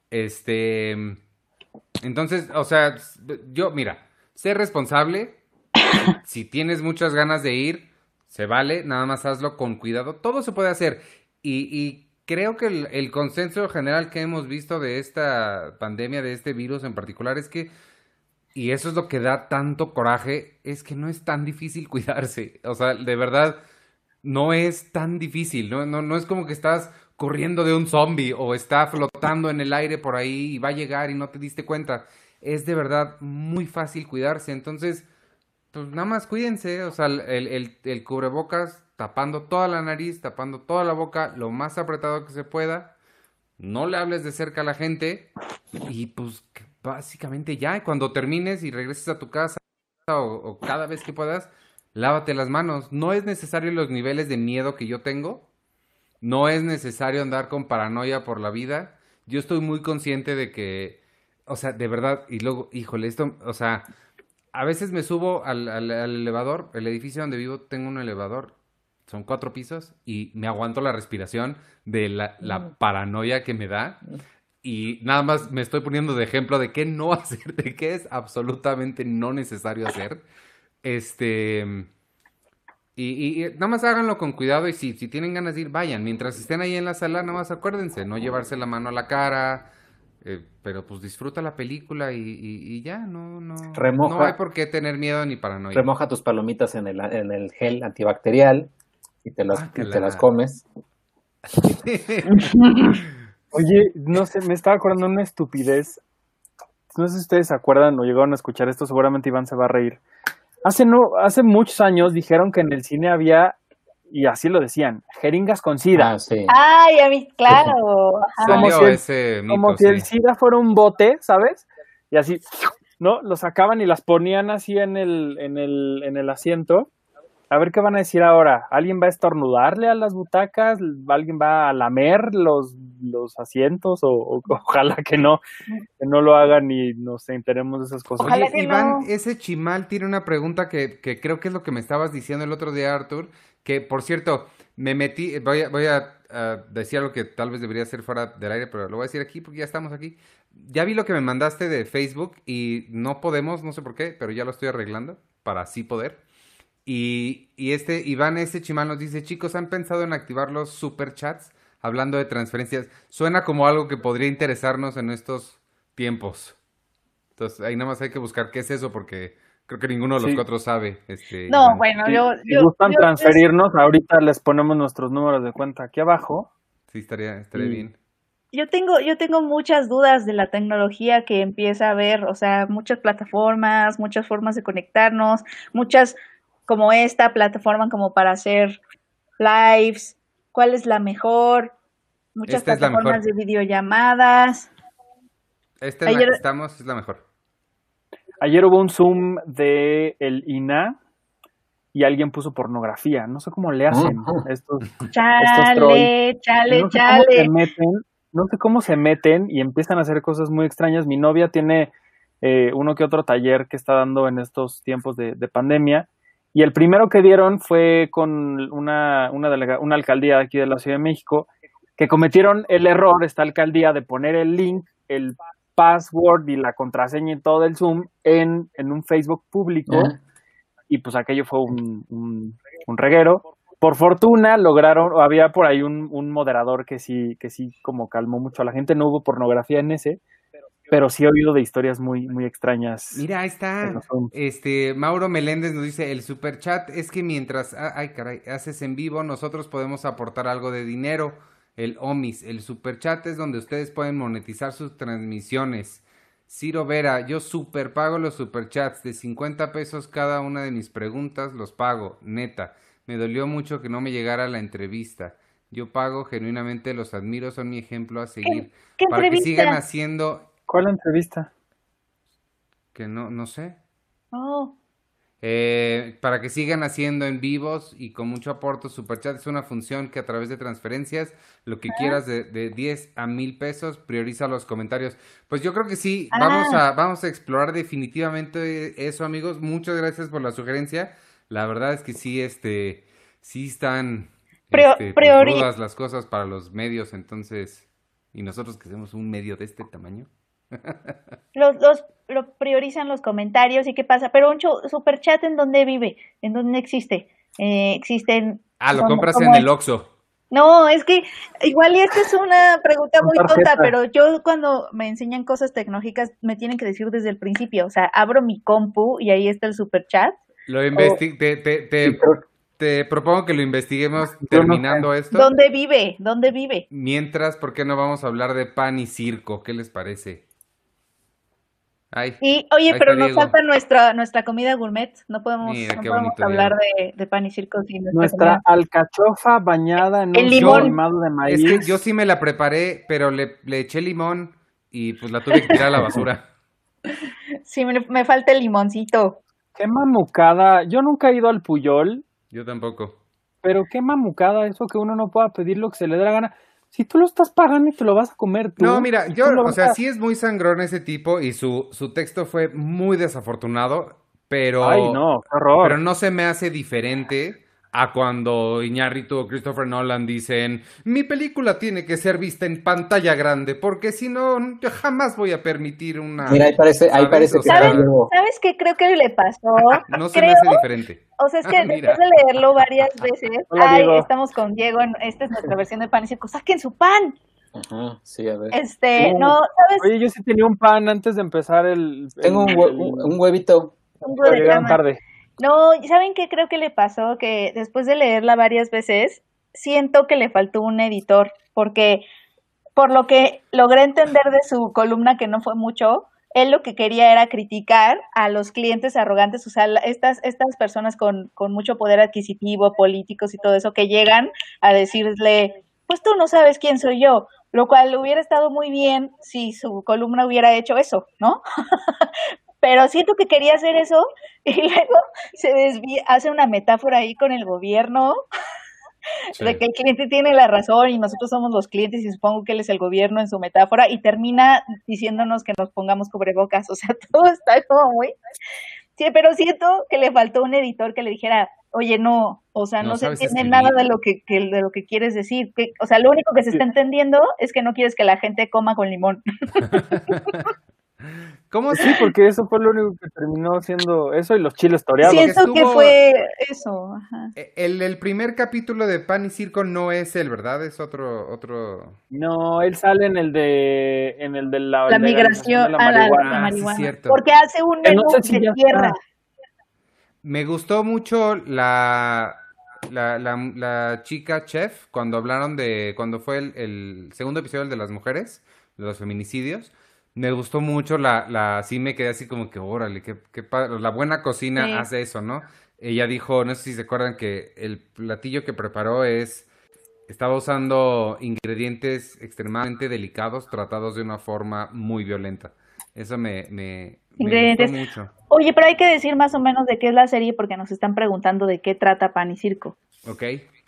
Este, entonces, o sea, yo, mira, sé responsable. Si, si tienes muchas ganas de ir, se vale, nada más hazlo con cuidado. Todo se puede hacer. Y, y creo que el, el consenso general que hemos visto de esta pandemia, de este virus en particular, es que, y eso es lo que da tanto coraje, es que no es tan difícil cuidarse. O sea, de verdad, no es tan difícil. No, no, no es como que estás corriendo de un zombie o está flotando en el aire por ahí y va a llegar y no te diste cuenta. Es de verdad muy fácil cuidarse. Entonces, pues nada más cuídense, o sea, el, el, el cubrebocas tapando toda la nariz, tapando toda la boca, lo más apretado que se pueda. No le hables de cerca a la gente y pues que básicamente ya, y cuando termines y regreses a tu casa o, o cada vez que puedas, lávate las manos. No es necesario los niveles de miedo que yo tengo, no es necesario andar con paranoia por la vida. Yo estoy muy consciente de que, o sea, de verdad, y luego, híjole, esto, o sea, a veces me subo al, al- al elevador, el edificio donde vivo tengo un elevador, son cuatro pisos y me aguanto la respiración de la, la paranoia que me da y nada más me estoy poniendo de ejemplo de qué no hacer, de qué es absolutamente no necesario hacer. Este, y, y- y nada más háganlo con cuidado y si, si tienen ganas de ir, vayan. Mientras estén ahí en la sala, nada más acuérdense, no llevarse la mano a la cara, eh, pero pues disfruta la película y, y- y ya, no, no, Remoja. no hay por qué tener miedo ni paranoia. Remoja tus palomitas en el, en el gel antibacterial y te las, y te Guácala. las comes. Oye, no sé, me estaba acordando de una estupidez. no sé si ustedes se acuerdan o llegaron a escuchar esto, seguramente Iván se va a reír. Hace, no, hace muchos años dijeron que en el cine había, y así lo decían, jeringas con SIDA. Ah, sí. Ay, a mí, claro. Ajá. Como Salió si el- ese mito, Como si el sí. SIDA fuera un bote, ¿sabes? Y así, ¿no? Lo sacaban y las ponían así en el, en el, en el asiento. A ver qué van a decir ahora. ¿Alguien va a estornudarle a las butacas? ¿Alguien va a lamer los, los asientos? O, o- ojalá que no, que no lo hagan y nos enteremos de esas cosas. Ojalá Oye, que Iván, no. ese Chimal tiene una pregunta que, que creo que es lo que me estabas diciendo el otro día, Artur, que por cierto, me metí, voy a, voy a, a decir algo que tal vez debería ser fuera del aire, pero lo voy a decir aquí porque ya estamos aquí. Ya vi lo que me mandaste de Facebook y no podemos, no sé por qué, pero ya lo estoy arreglando para así poder. Y, y este, Iván, este Chimal nos dice, chicos, ¿han pensado en activar los superchats? Hablando de transferencias, suena como algo que podría interesarnos en estos tiempos. Entonces, ahí nada más hay que buscar qué es eso, porque creo que ninguno de los Sí. cuatro sabe. Este, No, Iván. bueno, Si, yo, si yo, gustan yo- transferirnos, ahorita les ponemos nuestros números de cuenta aquí abajo. Sí, estaría, estaría Y- bien. yo tengo, yo tengo muchas dudas de la tecnología que empieza a haber, o sea, muchas plataformas, muchas formas de conectarnos, muchas como esta plataforma como para hacer lives, ¿cuál es la mejor? Muchas Esta es la plataformas mejor. de videollamadas. Esta es la Ayer- que estamos, es la mejor. Ayer hubo un Zoom de el I N A y alguien puso pornografía. No sé cómo le hacen estos. Chale, chale, no sé cómo chale. se meten, no sé cómo se meten y empiezan a hacer cosas muy extrañas. Mi novia tiene eh, uno que otro taller que está dando en estos tiempos de, de pandemia y el primero que dieron fue con una, una, delega- una alcaldía de aquí de la Ciudad de México que cometieron el error, esta alcaldía, de poner el link, el password y la contraseña y todo el Zoom en, en un Facebook público. Ajá. Y pues aquello fue un, un, un reguero. Por fortuna lograron, o había por ahí un, un moderador que sí, que sí como calmó mucho a la gente, no hubo pornografía en ese, pero sí he oído de historias muy, muy extrañas. Mira, ahí está. en los Zooms. Este, Mauro Meléndez nos dice, el superchat es que mientras, ah, ay caray, haces en vivo, nosotros podemos aportar algo de dinero. El Omis, el superchat es donde ustedes pueden monetizar sus transmisiones. Ciro Vera, yo super pago los superchats de cincuenta pesos cada una de mis preguntas, los pago, neta. Me dolió mucho que no me llegara la entrevista. Yo pago, genuinamente los admiro, son mi ejemplo a seguir. ¿Qué Para que entrevista? sigan haciendo, ¿Cuál entrevista? que no, no sé. Oh, Eh, para que sigan haciendo en vivos y con mucho aporte. Superchat es una función que a través de transferencias, lo que quieras de, de diez a mil pesos, prioriza los comentarios. Pues yo creo que sí, Ah. vamos a, vamos a explorar definitivamente eso, amigos. Muchas gracias por la sugerencia. La verdad es que sí, este, sí están Prio- este, pues, priori- rudas las cosas para los medios, entonces, y nosotros que hacemos un medio de este tamaño. los, los lo priorizan los comentarios y qué pasa, pero un cho- superchat ¿en dónde vive? ¿En dónde existe? Eh, existen. Ah, lo ¿cómo- compras cómo en es? el Oxxo. No, es que igual y esta es una pregunta muy Con tarjeta. tonta, pero yo cuando me enseñan cosas tecnológicas me tienen que decir desde el principio, o sea, abro mi compu y ahí está el superchat. Lo investi te, te, te, Sí, pero- te propongo que lo investiguemos no terminando esto. ¿Dónde vive? ¿Dónde vive? Mientras, ¿por qué no vamos a hablar de pan y circo? ¿Qué les parece? Ay, Y oye, ahí pero está nos Diego. falta nuestra nuestra comida gourmet, no podemos, Mira, no qué podemos bonito, hablar Diego. de, de pan y circo sin nuestra, Nuestra comida. alcachofa bañada en El un limón. quemado de maíz. Es que yo sí me la preparé, pero le, le eché limón y pues la tuve que tirar a la basura. Sí, me, me falta el limoncito. Qué mamucada. Yo nunca he ido al Puyol, Yo tampoco. pero qué mamucada eso que uno no pueda pedir lo que se le dé la gana. Si tú lo estás pagando y te lo vas a comer tú. No, mira, y yo, tú lo o vas sea, a- sí es muy sangrón ese tipo y su, su texto fue muy desafortunado, pero... Ay, no, qué horror. Pero no se me hace diferente a cuando Iñárritu o Christopher Nolan dicen mi película tiene que ser vista en pantalla grande porque si no yo jamás voy a permitir una... Mira, ahí parece, ahí ¿sabes? parece O que sea, está ¿Sabes? Diego. ¿Sabes qué creo que le pasó? no se creo, me hace diferente. o sea, es que Mira. después de leerlo varias veces, Hola, ay, Diego. estamos con Diego, en- esta es nuestra versión de pan y circo, saquen su pan. Ajá, sí, a ver. Este, Sí. no, ¿sabes? Oye, yo sí tenía un pan antes de empezar el... el- Tengo un, hue- el- un- un huevito. Un pero llegaron programa. tarde. No, ¿saben qué creo que le pasó? Que después de leerla varias veces, siento que le faltó un editor, porque por lo que logré entender de su columna, que no fue mucho, él lo que quería era criticar a los clientes arrogantes, o sea, estas, estas personas con, con mucho poder adquisitivo, políticos y todo eso, que llegan a decirle, pues tú no sabes quién soy yo, lo cual hubiera estado muy bien si su columna hubiera hecho eso, ¿no? Pero siento que quería hacer eso y luego se desvía, hace una metáfora ahí con el gobierno, sí, de que el cliente tiene la razón y nosotros somos los clientes y supongo que él es el gobierno en su metáfora, y termina diciéndonos que nos pongamos cubrebocas, o sea, todo está como muy... Sí, pero siento que le faltó un editor que le dijera, oye, no, o sea, no, no se entiende escribir nada de lo que, que, de lo que quieres decir, que, o sea, lo único que se está entendiendo es que no quieres que la gente coma con limón. ¿Cómo sí? Porque eso fue lo único que terminó siendo eso y los chiles toreados. Siento estuvo... que fue eso. Ajá. El, el primer capítulo de Pan y Circo no es él, ¿verdad? Es otro, otro. No, él sale en el de, en el de la, la migración a la, la marihuana. Sí, porque hace un menú no sé si de tierra. Me gustó mucho la, la, la, la chica chef cuando hablaron de, cuando fue el, el segundo episodio el de las mujeres, de los feminicidios. Me gustó mucho la, la, sí me quedé así como que, órale, qué, qué padre, la buena cocina sí. hace eso, ¿no? Ella dijo, no sé si se acuerdan que el platillo que preparó es, estaba usando ingredientes extremadamente delicados, tratados de una forma muy violenta. Eso me, me, me gustó mucho. Oye, pero hay que decir más o menos de qué es la serie porque nos están preguntando de qué trata Pan y Circo. Ok.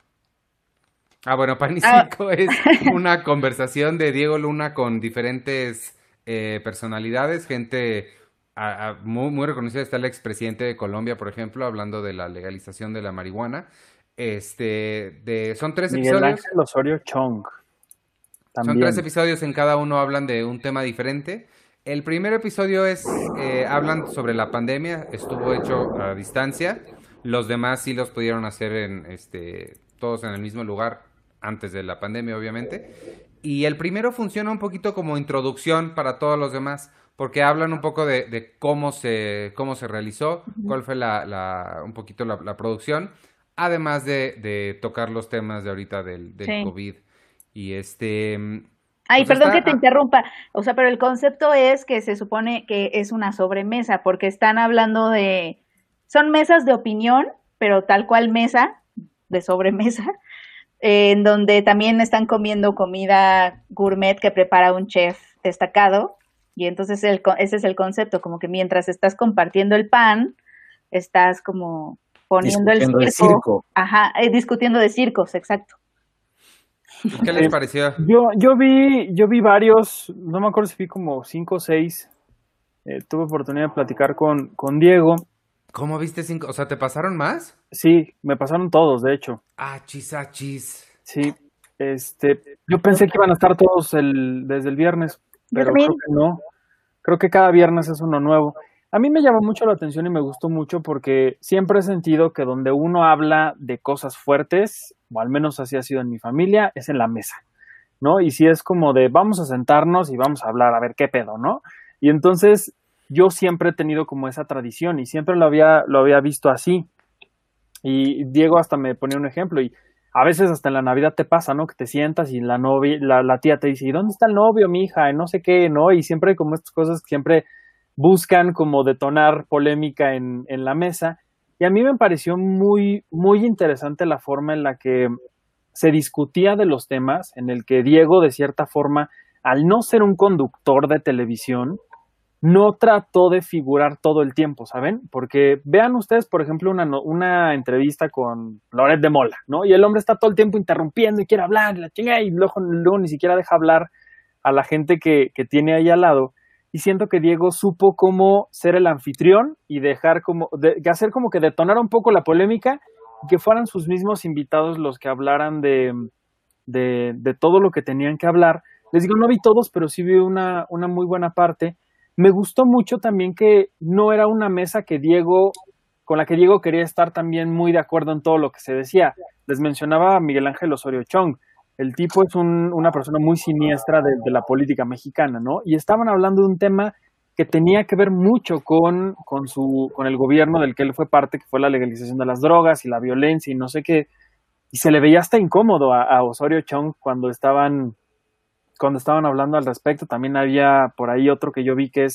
Ah, bueno, Pan y Circo ah. es una conversación de Diego Luna con diferentes... Eh, personalidades, gente a, a, muy, muy reconocida. Está el expresidente de Colombia, por ejemplo, hablando de la legalización de la marihuana. Este, de, son tres Miguel episodios. Ángel Osorio Chong. También. Son tres episodios, en cada uno hablan de un tema diferente. El primer episodio es, eh, hablan sobre la pandemia, estuvo hecho a distancia. Los demás sí los pudieron hacer en, este, todos en el mismo lugar antes de la pandemia, obviamente. Y el primero funciona un poquito como introducción para todos los demás, porque hablan un poco de, de cómo se cómo se realizó, uh-huh. cuál fue la, la un poquito la, la producción, además de, de tocar los temas de ahorita del, del sí. COVID. Y este... Ay, pues perdón está... que te interrumpa, o sea, pero el concepto es que se supone que es una sobremesa, porque están hablando de... Son mesas de opinión, pero tal cual mesa, de sobremesa, en donde también están comiendo comida gourmet que prepara un chef destacado, y entonces el, ese es el concepto, como que mientras estás compartiendo el pan, estás como poniendo el circo, de circo. Ajá, eh, discutiendo de circos, exacto. ¿Qué les pareció? Yo, yo vi, yo vi varios, no me acuerdo si vi como cinco o seis, eh, tuve oportunidad de platicar con, con Diego. ¿Cómo viste cinco? O sea, ¿te pasaron más? Sí, me pasaron todos, de hecho. Ah, chis, ah, chis. Sí, este, yo pensé que iban a estar todos el, desde el viernes, pero creo que no. Creo que cada viernes es uno nuevo. A mí me llamó mucho la atención y me gustó mucho porque siempre he sentido que donde uno habla de cosas fuertes, o al menos así ha sido en mi familia, es en la mesa, ¿no? Y si es como de vamos a sentarnos y vamos a hablar, a ver qué pedo, ¿no? Y entonces... Yo siempre he tenido como esa tradición y siempre lo había, lo había visto así. Y Diego hasta me ponía un ejemplo y a veces hasta en la Navidad te pasa, ¿no? Que te sientas y la novia, la, la tía te dice, ¿y dónde está el novio, mi hija? Y no sé qué, ¿no? Y siempre como estas cosas que siempre buscan como detonar polémica en, en la mesa. Y a mí me pareció muy, muy interesante la forma en la que se discutía de los temas, en el que Diego, de cierta forma, al no ser un conductor de televisión, no trató de figurar todo el tiempo, ¿saben? Porque vean ustedes, por ejemplo, una, una entrevista con Loret de Mola, ¿no? Y el hombre está todo el tiempo interrumpiendo y quiere hablar, y la chingada, y luego, luego ni siquiera deja hablar a la gente que, que tiene ahí al lado. Y siento que Diego supo cómo ser el anfitrión y dejar como, de, hacer como que detonara un poco la polémica y que fueran sus mismos invitados los que hablaran de, de, de todo lo que tenían que hablar. Les digo, no vi todos, pero sí vi una, una muy buena parte. Me gustó mucho también que no era una mesa que Diego, con la que Diego quería estar también muy de acuerdo en todo lo que se decía. Les mencionaba a Miguel Ángel Osorio Chong. El tipo es un, una persona muy siniestra de, de la política mexicana, ¿no? Y estaban hablando de un tema que tenía que ver mucho con, con, su, con el gobierno del que él fue parte, que fue la legalización de las drogas y la violencia y no sé qué. Y se le veía hasta incómodo a, a Osorio Chong cuando estaban... cuando estaban hablando al respecto. También había por ahí otro que yo vi que es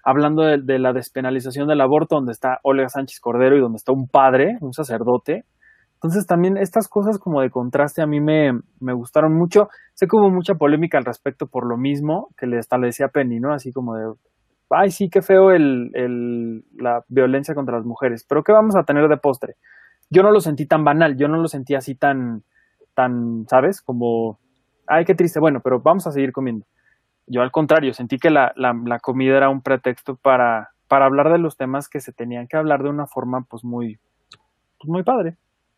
hablando de, de la despenalización del aborto, donde está Olga Sánchez Cordero y donde está un padre, un sacerdote. Entonces también estas cosas como de contraste a mí me, me gustaron mucho. Sé que hubo mucha polémica al respecto por lo mismo, que le, hasta le decía Penny, ¿no? Así como de, ay, sí, qué feo el, el, la violencia contra las mujeres, pero ¿qué vamos a tener de postre? Yo no lo sentí tan banal, yo no lo sentí así tan, tan, ¿sabes? Como, ay, qué triste, bueno, pero vamos a seguir comiendo. Yo al contrario, sentí que la, la, la comida era un pretexto para, para hablar de los temas que se tenían que hablar de una forma pues muy, pues, muy padre.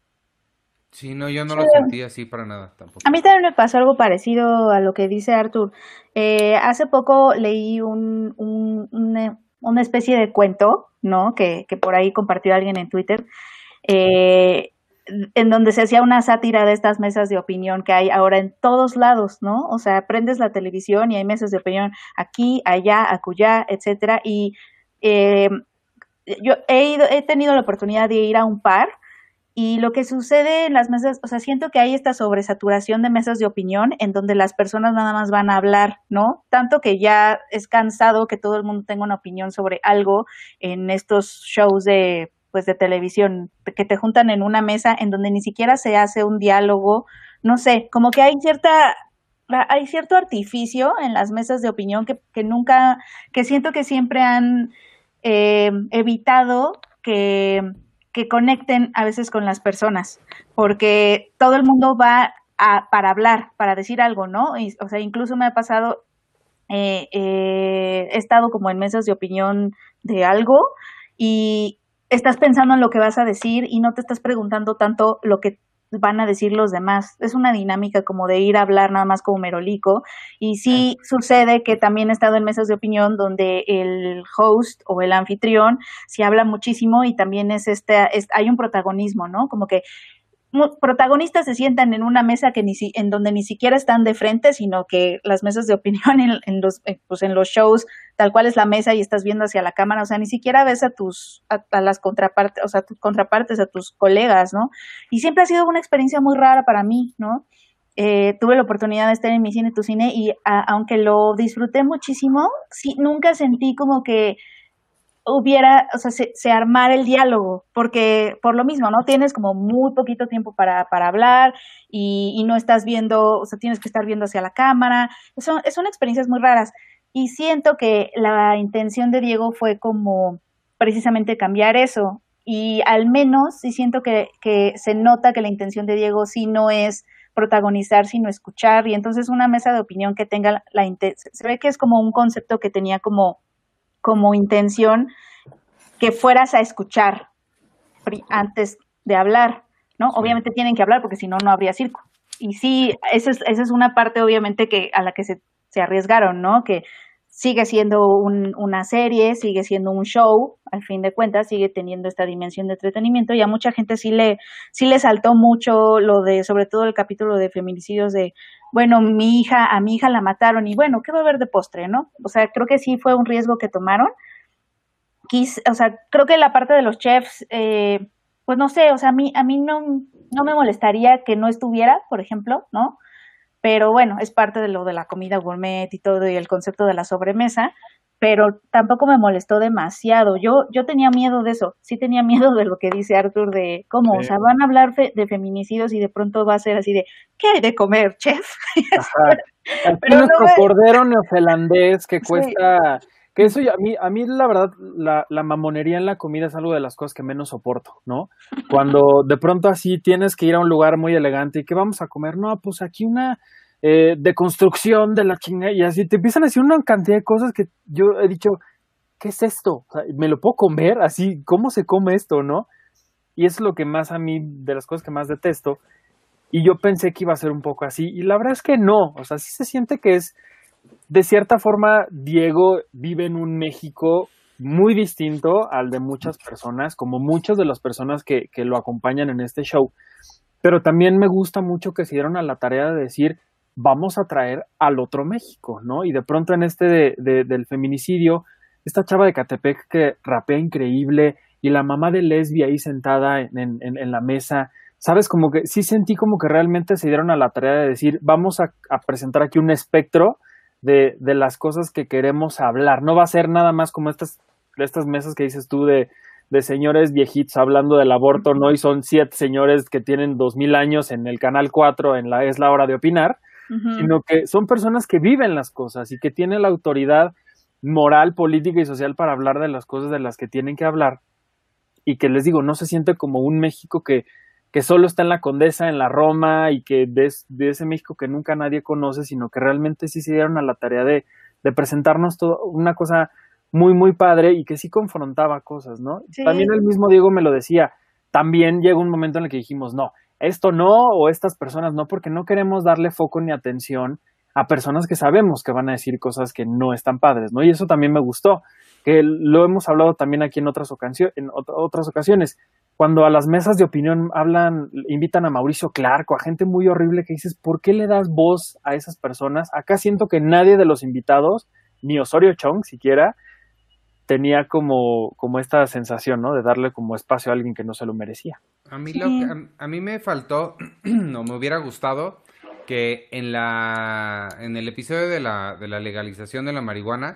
Sí, no, yo no lo sentí así para nada tampoco. A mí también me pasó algo parecido a lo que dice Arthur. Eh, hace poco leí un, un, una, una especie de cuento, ¿no? Que, que por ahí compartió alguien en Twitter, eh, en donde se hacía una sátira de estas mesas de opinión que hay ahora en todos lados, ¿no? O sea, prendes la televisión y hay mesas de opinión aquí, allá, acullá, etcétera. Y eh, yo he ido, he tenido la oportunidad de ir a un par. Y lo que sucede en las mesas, o sea, siento que hay esta sobresaturación de mesas de opinión en donde las personas nada más van a hablar, ¿no? Tanto que ya es cansado que todo el mundo tenga una opinión sobre algo en estos shows de, pues, de televisión, que te juntan en una mesa en donde ni siquiera se hace un diálogo, no sé, como que hay cierta, hay cierto artificio en las mesas de opinión que, que nunca, que siento que siempre han eh, evitado que que conecten a veces con las personas, porque todo el mundo va a, para hablar, para decir algo, ¿no? Y, o sea, incluso me ha pasado, eh, eh, he estado como en mesas de opinión de algo y estás pensando en lo que vas a decir y no te estás preguntando tanto lo que van a decir los demás. Es una dinámica como de ir a hablar nada más como merolico, y sí sucede que también he estado en mesas de opinión donde el host o el anfitrión sí habla muchísimo y también es este, es, hay un protagonismo, ¿no? Como que protagonistas se sientan en una mesa que ni si, en donde ni siquiera están de frente, sino que las mesas de opinión en, en los pues en los shows tal cual es la mesa y estás viendo hacia la cámara, o sea, ni siquiera ves a tus a, a las contrapartes, o sea, tus contrapartes, a tus colegas, ¿no? Y siempre ha sido una experiencia muy rara para mí, ¿no? Eh, tuve la oportunidad de estar en Mi Cine Tu Cine y a, aunque lo disfruté muchísimo, sí, nunca sentí como que hubiera, o sea, se, se armara el diálogo, porque por lo mismo, ¿no? Tienes como muy poquito tiempo para, para hablar y, y no estás viendo, o sea, tienes que estar viendo hacia la cámara. Son, son experiencias muy raras y siento que la intención de Diego fue como precisamente cambiar eso, y al menos sí siento que, que se nota que la intención de Diego sí no es protagonizar, sino escuchar, y entonces una mesa de opinión que tenga la, la se ve que es como un concepto que tenía como como intención que fueras a escuchar antes de hablar, ¿no? Obviamente tienen que hablar porque si no, no habría circo. Y sí, esa es, esa es una parte obviamente que a la que se, se arriesgaron, ¿no? Que sigue siendo un, una serie, sigue siendo un show, al fin de cuentas, sigue teniendo esta dimensión de entretenimiento, y a mucha gente sí le, sí le saltó mucho lo de, sobre todo el capítulo de feminicidios de, bueno, mi hija, a mi hija la mataron, y bueno, ¿qué va a haber de postre, no? O sea, creo que sí fue un riesgo que tomaron. Quis, o sea, creo que la parte de los chefs, eh, pues no sé, o sea, a mí, a mí no, no me molestaría que no estuviera, por ejemplo, ¿no? Pero bueno, es parte de lo de la comida gourmet y todo, y el concepto de la sobremesa, pero tampoco me molestó demasiado. Yo yo tenía miedo de eso, sí tenía miedo de lo que dice Arthur, de cómo, sí. O sea, van a hablar fe, de feminicidios y de pronto va a ser así de, ¿qué hay de comer, chef? Ajá. Pero nuestro no me... cordero neozelandés que cuesta... Sí. Que eso a mí, a mí la verdad, la, la mamonería en la comida es algo de las cosas que menos soporto, ¿no? Cuando de pronto así tienes que ir a un lugar muy elegante y ¿qué vamos a comer? No, pues aquí una eh, deconstrucción de la chingada, y así te empiezan a decir una cantidad de cosas que yo he dicho, ¿qué es esto? O sea, ¿me lo puedo comer? Así, ¿cómo se come esto, no? Y es lo que más a mí, de las cosas que más detesto, y yo pensé que iba a ser un poco así, y la verdad es que no, o sea, sí se siente que es... De cierta forma, Diego vive en un México muy distinto al de muchas personas, como muchas de las personas que, que lo acompañan en este show. Pero también me gusta mucho que se dieron a la tarea de decir, vamos a traer al otro México, ¿no? Y de pronto en este de, de, del feminicidio, esta chava de Catepec que rapea increíble, y la mamá de Lesbi ahí sentada en, en, en la mesa, ¿sabes? Como que sí sentí como que realmente se dieron a la tarea de decir, vamos a, a presentar aquí un espectro de, de las cosas que queremos hablar. No va a ser nada más como estas, estas mesas que dices tú de, de señores viejitos hablando del aborto, ¿no? Y son siete señores que tienen dos mil años en el Canal cuatro, en la Es la Hora de Opinar, uh-huh. sino que son personas que viven las cosas y que tienen la autoridad moral, política y social para hablar de las cosas de las que tienen que hablar. Y que les digo, no se siente como un México que, que solo está en la Condesa, en la Roma, y que de, de ese México que nunca nadie conoce, sino que realmente sí se dieron a la tarea de, de presentarnos todo, una cosa muy, muy padre y que sí confrontaba cosas, ¿no? Sí. También el mismo Diego me lo decía, también llegó un momento en el que dijimos, no, esto no, o estas personas no, porque no queremos darle foco ni atención a personas que sabemos que van a decir cosas que no están padres, ¿no? Y eso también me gustó, que lo hemos hablado también aquí en otras, ocasio- en ot- otras ocasiones, cuando a las mesas de opinión hablan, invitan a Mauricio Clark o a gente muy horrible que dices, ¿por qué le das voz a esas personas? Acá siento que nadie de los invitados, ni Osorio Chong siquiera, tenía como, como esta sensación, ¿no? De darle como espacio a alguien que no se lo merecía. A mí, lo que, a, a mí me faltó, no me hubiera gustado que en la en el episodio de la, de la legalización de la marihuana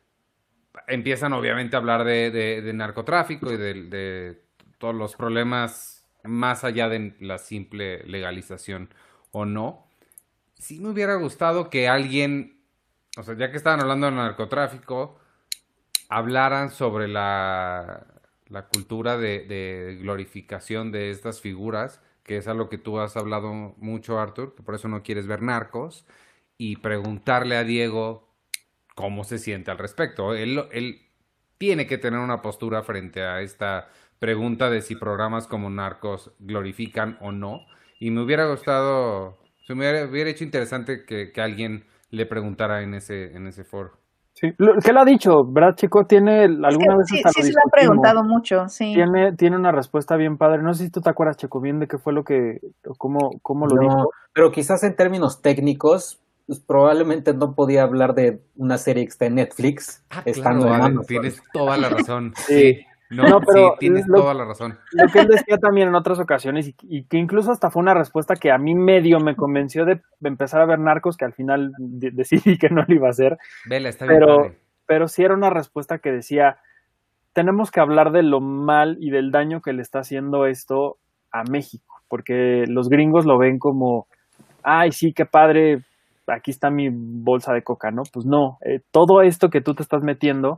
empiezan obviamente a hablar de, de, de narcotráfico y de, de todos los problemas más allá de la simple legalización o no. Sí me hubiera gustado que alguien, o sea, ya que estaban hablando de narcotráfico, hablaran sobre la, la cultura de, de glorificación de estas figuras, que es algo que tú has hablado mucho, Arthur, que por eso no quieres ver Narcos, y preguntarle a Diego cómo se siente al respecto. Él, él tiene que tener una postura frente a esta pregunta de si programas como Narcos glorifican o no, y me hubiera gustado, se me hubiera, hubiera hecho interesante que, que alguien le preguntara en ese, en ese foro. Sí, lo, que lo ha dicho, ¿verdad, Chico? Tiene alguna es que vez sí, hasta sí lo se lo ha preguntado mucho, sí. Tiene, tiene una respuesta bien padre. No sé si tú te acuerdas, Checo, bien de qué fue lo que, cómo, cómo lo no, dijo. Pero quizás en términos técnicos, pues probablemente no podía hablar de una serie que está en Netflix. Ah, estando claro, en Alan, tienes toda la razón. Sí. No, no, pero sí, tienes lo, toda la razón. Lo que él decía también en otras ocasiones, y, y que incluso hasta fue una respuesta que a mí medio me convenció de empezar a ver Narcos, que al final de, decidí que no lo iba a hacer. Vela, está bien pero, padre. Pero sí era una respuesta que decía, tenemos que hablar de lo mal y del daño que le está haciendo esto a México, porque los gringos lo ven como, ay, sí, qué padre, aquí está mi bolsa de coca, ¿no? Pues no, eh, todo esto que tú te estás metiendo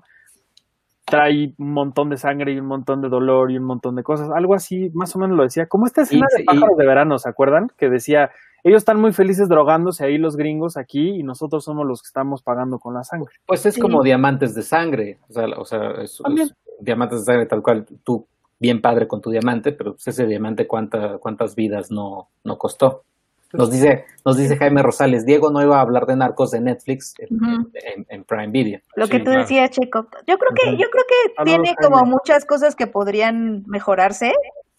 trae un montón de sangre y un montón de dolor y un montón de cosas. Algo así, más o menos lo decía. Como esta escena y, de Pájaros y... de Verano, ¿se acuerdan? Que decía, ellos están muy felices drogándose ahí los gringos aquí y nosotros somos los que estamos pagando con la sangre. Pues es sí. como Diamantes de Sangre. O sea, o sea es, es Diamantes de Sangre tal cual, tú bien padre con tu diamante, pero pues ese diamante cuánta, cuántas vidas no, no costó. Nos dice, nos dice Jaime Rosales, Diego no iba a hablar de Narcos de Netflix en, uh-huh. en, en Prime Video. Lo que sí, tú claro. decías, Checo. Yo creo que, uh-huh. yo creo que Hablamos tiene Jaime. como muchas cosas que podrían mejorarse,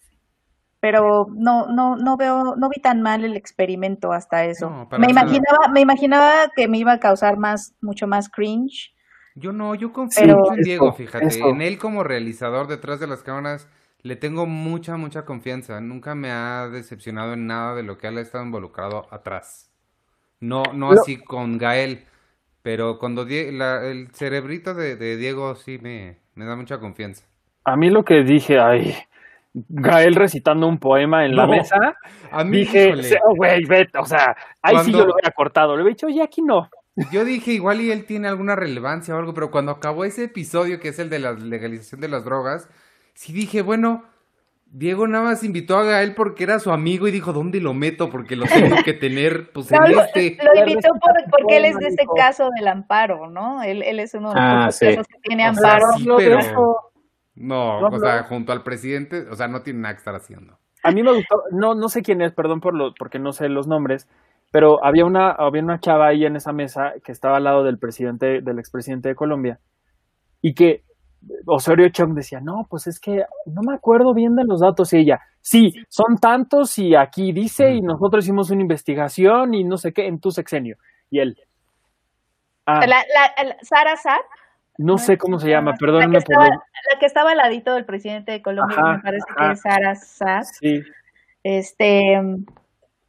pero no, no, no veo, no vi tan mal el experimento hasta eso. No, me imaginaba, me imaginaba que me iba a causar más, mucho más cringe. Yo no, yo confío pero... en Diego, fíjate, eso. En él como realizador detrás de las cámaras. Le tengo mucha, mucha confianza. Nunca me ha decepcionado en nada de lo que él ha estado involucrado atrás. No, no Pero... así con Gael, pero cuando Die- la, el cerebrito de, de Diego sí me, me da mucha confianza. A mí lo que dije, ay, Gael recitando un poema en no, la mesa, a mí, dije, oh, güey, vete, o sea, ahí cuando... sí yo lo hubiera cortado. Le hubiera dicho, oye, aquí no. Yo dije, igual y él tiene alguna relevancia o algo, pero cuando acabó ese episodio, que es el de la legalización de las drogas, sí dije, bueno, Diego nada más invitó a Gael porque era su amigo y dijo, ¿dónde lo meto? Porque lo tengo que tener, pues, no, en este. Lo invitó por, porque él es de ese caso del amparo, ¿no? Él, él es uno de los ah, sí. casos que tiene amparo. O sea, sí, pero... No, no, o sea, junto al presidente, o sea, no tiene nada que estar haciendo. A mí me gustó, no, no sé quién es, perdón por lo, porque no sé los nombres, pero había una, había una chava ahí en esa mesa que estaba al lado del presidente, del expresidente de Colombia, y que Osorio Chong decía, no, pues es que no me acuerdo bien de los datos, y ella, sí, son tantos y aquí dice, y nosotros hicimos una investigación y no sé qué, en tu sexenio, y él. Ah, la, la, la, Sara Saab. No, no sé cómo se llama, perdóname. La que, estaba, la que estaba al ladito del presidente de Colombia, ajá, me parece ajá. que es Sara Saab. Sí. Este...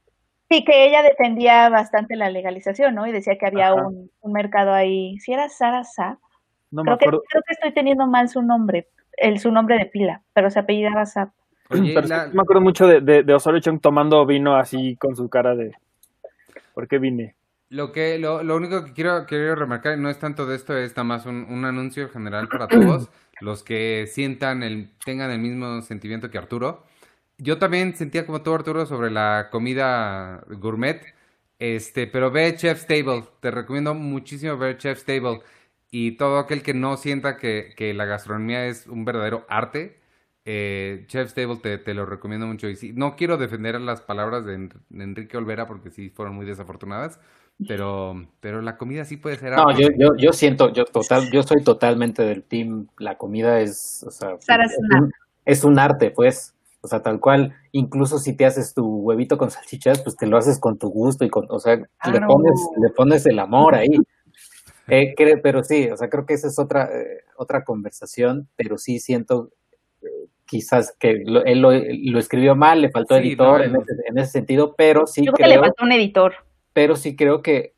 Sí, que ella defendía bastante la legalización, ¿no? Y decía que había un, un mercado ahí. ¿Si era Sara Saab? No creo me acuerdo. Que, creo que estoy teniendo mal su nombre, el, su nombre de pila, pero se apellidaba Saab. Oye, Pero la- sí me acuerdo mucho de, de, de Osorio Chong tomando vino así con su cara de ¿por qué vine? Lo que, lo, lo único que quiero, quiero remarcar, no es tanto de esto, es nada más un, un anuncio general para todos, los que sientan el, tengan el mismo sentimiento que Arturo. Yo también sentía como tú, Arturo, sobre la comida gourmet, este, pero ve Chef's Table, te recomiendo muchísimo ver Chef's Table, y todo aquel que no sienta que, que la gastronomía es un verdadero arte, eh, Chef's Table te, te lo recomiendo mucho. Y sí, no quiero defender las palabras de, En- de Enrique Olvera porque sí fueron muy desafortunadas, pero, pero la comida sí puede ser No, arte. yo, yo, yo siento, yo total, yo soy totalmente del team, la comida es, o sea, Sara es un, es un arte, pues, o sea, tal cual, incluso si te haces tu huevito con salchichas, pues te lo haces con tu gusto y con, o sea, le Claro. pones, le pones el amor ahí. Eh, cre- pero sí, o sea, creo que esa es otra, eh, otra conversación, pero sí siento eh, quizás que lo- él lo, lo escribió mal, le faltó Sí, editor no, en el- ese, en ese sentido, pero sí Yo creo que le creo, faltó un editor. pero sí creo que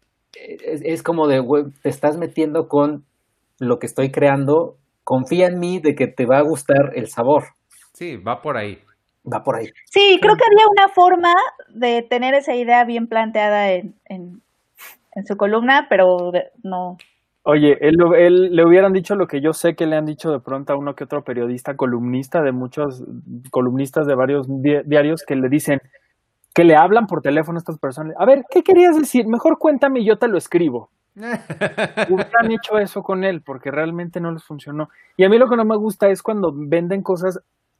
es, es como de, güey, te estás metiendo con lo que estoy creando, confía en mí de que te va a gustar el sabor, Sí, va por ahí. va por ahí. Sí, creo que había una forma de tener esa idea bien planteada en, en, en su columna, pero de- no. Oye, él, lo- él le hubieran dicho lo que yo sé que le han dicho de pronto a uno que otro periodista, columnista de muchos, columnistas de varios di- diarios que le dicen, que le hablan por teléfono a estas personas. A ver, ¿qué querías decir? Mejor cuéntame y yo te lo escribo. Hubieran hecho eso con él porque realmente no les funcionó. Y a mí lo que no me gusta es cuando venden cosas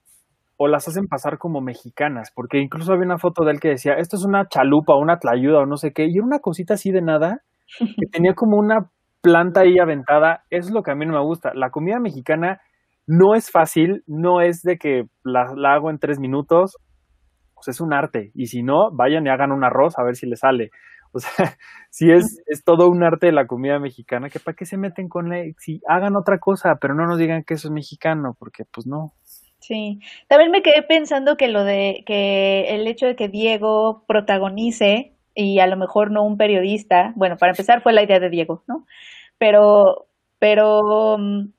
o las hacen pasar como mexicanas, porque incluso había una foto de él que decía, esto es una chalupa, una tlayuda o no sé qué, y era una cosita así de nada, que tenía como una planta ahí aventada. Eso es lo que a mí no me gusta. La comida mexicana no es fácil, no es de que la, la hago en tres minutos, pues es un arte, y si no, vayan y hagan un arroz a ver si les sale. O sea, si es, es todo un arte de la comida mexicana, que para qué se meten con la... Si hagan otra cosa, pero no nos digan que eso es mexicano, porque pues no. Sí, también me quedé pensando que lo de que el hecho de que Diego protagonice y a lo mejor no un periodista, bueno, para empezar fue la idea de Diego, ¿no? Pero, pero mm,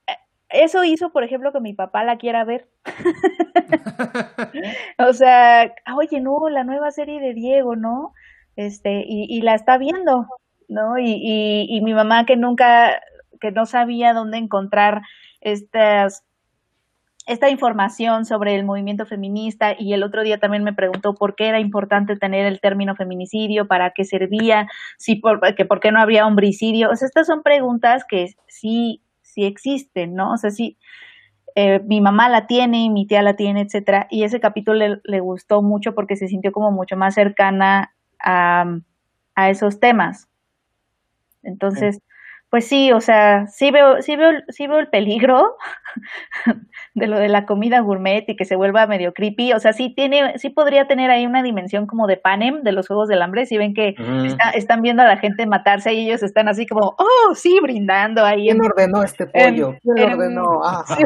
eso hizo, por ejemplo, que mi papá la quiera ver. O sea, oye, no, la nueva serie de Diego, ¿no? Este, y, y la está viendo, ¿no? Y, y, y mi mamá que nunca, que no sabía dónde encontrar estas esta información sobre el movimiento feminista, y el otro día también me preguntó por qué era importante tener el término feminicidio, para qué servía, si por, que por qué no había homicidio. O sea, estas son preguntas que sí, sí existen, ¿no? O sea, sí, eh, mi mamá la tiene, mi tía la tiene, etcétera, y ese capítulo le, le gustó mucho porque se sintió como mucho más cercana a, a esos temas. Entonces, pues sí, o sea, sí veo, sí veo, sí veo el peligro de lo de la comida gourmet y que se vuelva medio creepy. O sea, sí tiene, sí podría tener ahí una dimensión como de Panem, de los Juegos del Hambre. Si ven que Mm. está, están viendo a la gente matarse y ellos están así como, oh, sí, brindando ahí. ¿Quién en- ordenó este en- pollo? ¿Quién en- ordenó? Ah, Sí.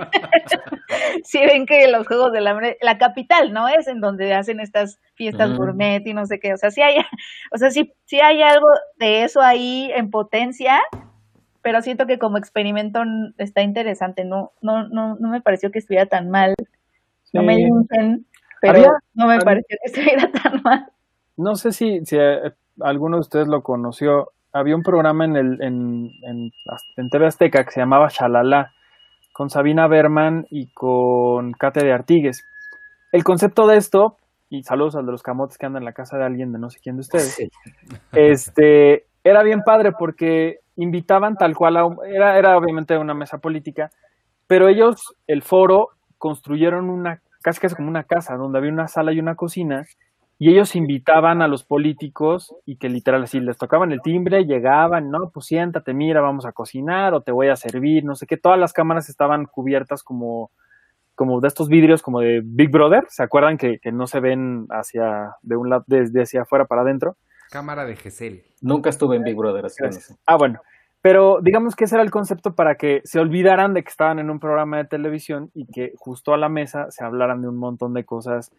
Sí ven que los Juegos del Hambre, la capital, ¿no? Es en donde hacen estas fiestas Ujú. gourmet y no sé qué. O sea, sí hay, o sea, sí, sí hay algo de eso ahí en potencia, pero siento que como experimento n- está interesante. No, no, no, no me pareció que estuviera tan mal. No me Sí. linchen, pero Había- no me había- pareció que estuviera tan mal. No sé si, si eh, alguno de ustedes lo conoció. Había un programa en el en, en, en T V Azteca que se llamaba Shalala, con Sabina Berman y con Kate de Artigues. El concepto de esto, y saludos al de los camotes que andan en la casa de alguien de no sé quién de ustedes, Sí. este, era bien padre porque invitaban tal cual a un- era, era obviamente una mesa política, pero ellos, el foro, construyeron una, casi casi como una casa, donde había una sala y una cocina, y ellos invitaban a los políticos y que literal así les tocaban el timbre, llegaban, no, pues siéntate, mira, vamos a cocinar o te voy a servir, no sé qué, todas las cámaras estaban cubiertas como, como de estos vidrios como de Big Brother, ¿se acuerdan que, que no se ven hacia, de un lado, desde hacia afuera para adentro? Cámara de Gesell. Nunca estuve en Big Brother, así que no sé. Gracias. Ah, bueno. Pero digamos que ese era el concepto para que se olvidaran de que estaban en un programa de televisión y que justo a la mesa se hablaran de un montón de cosas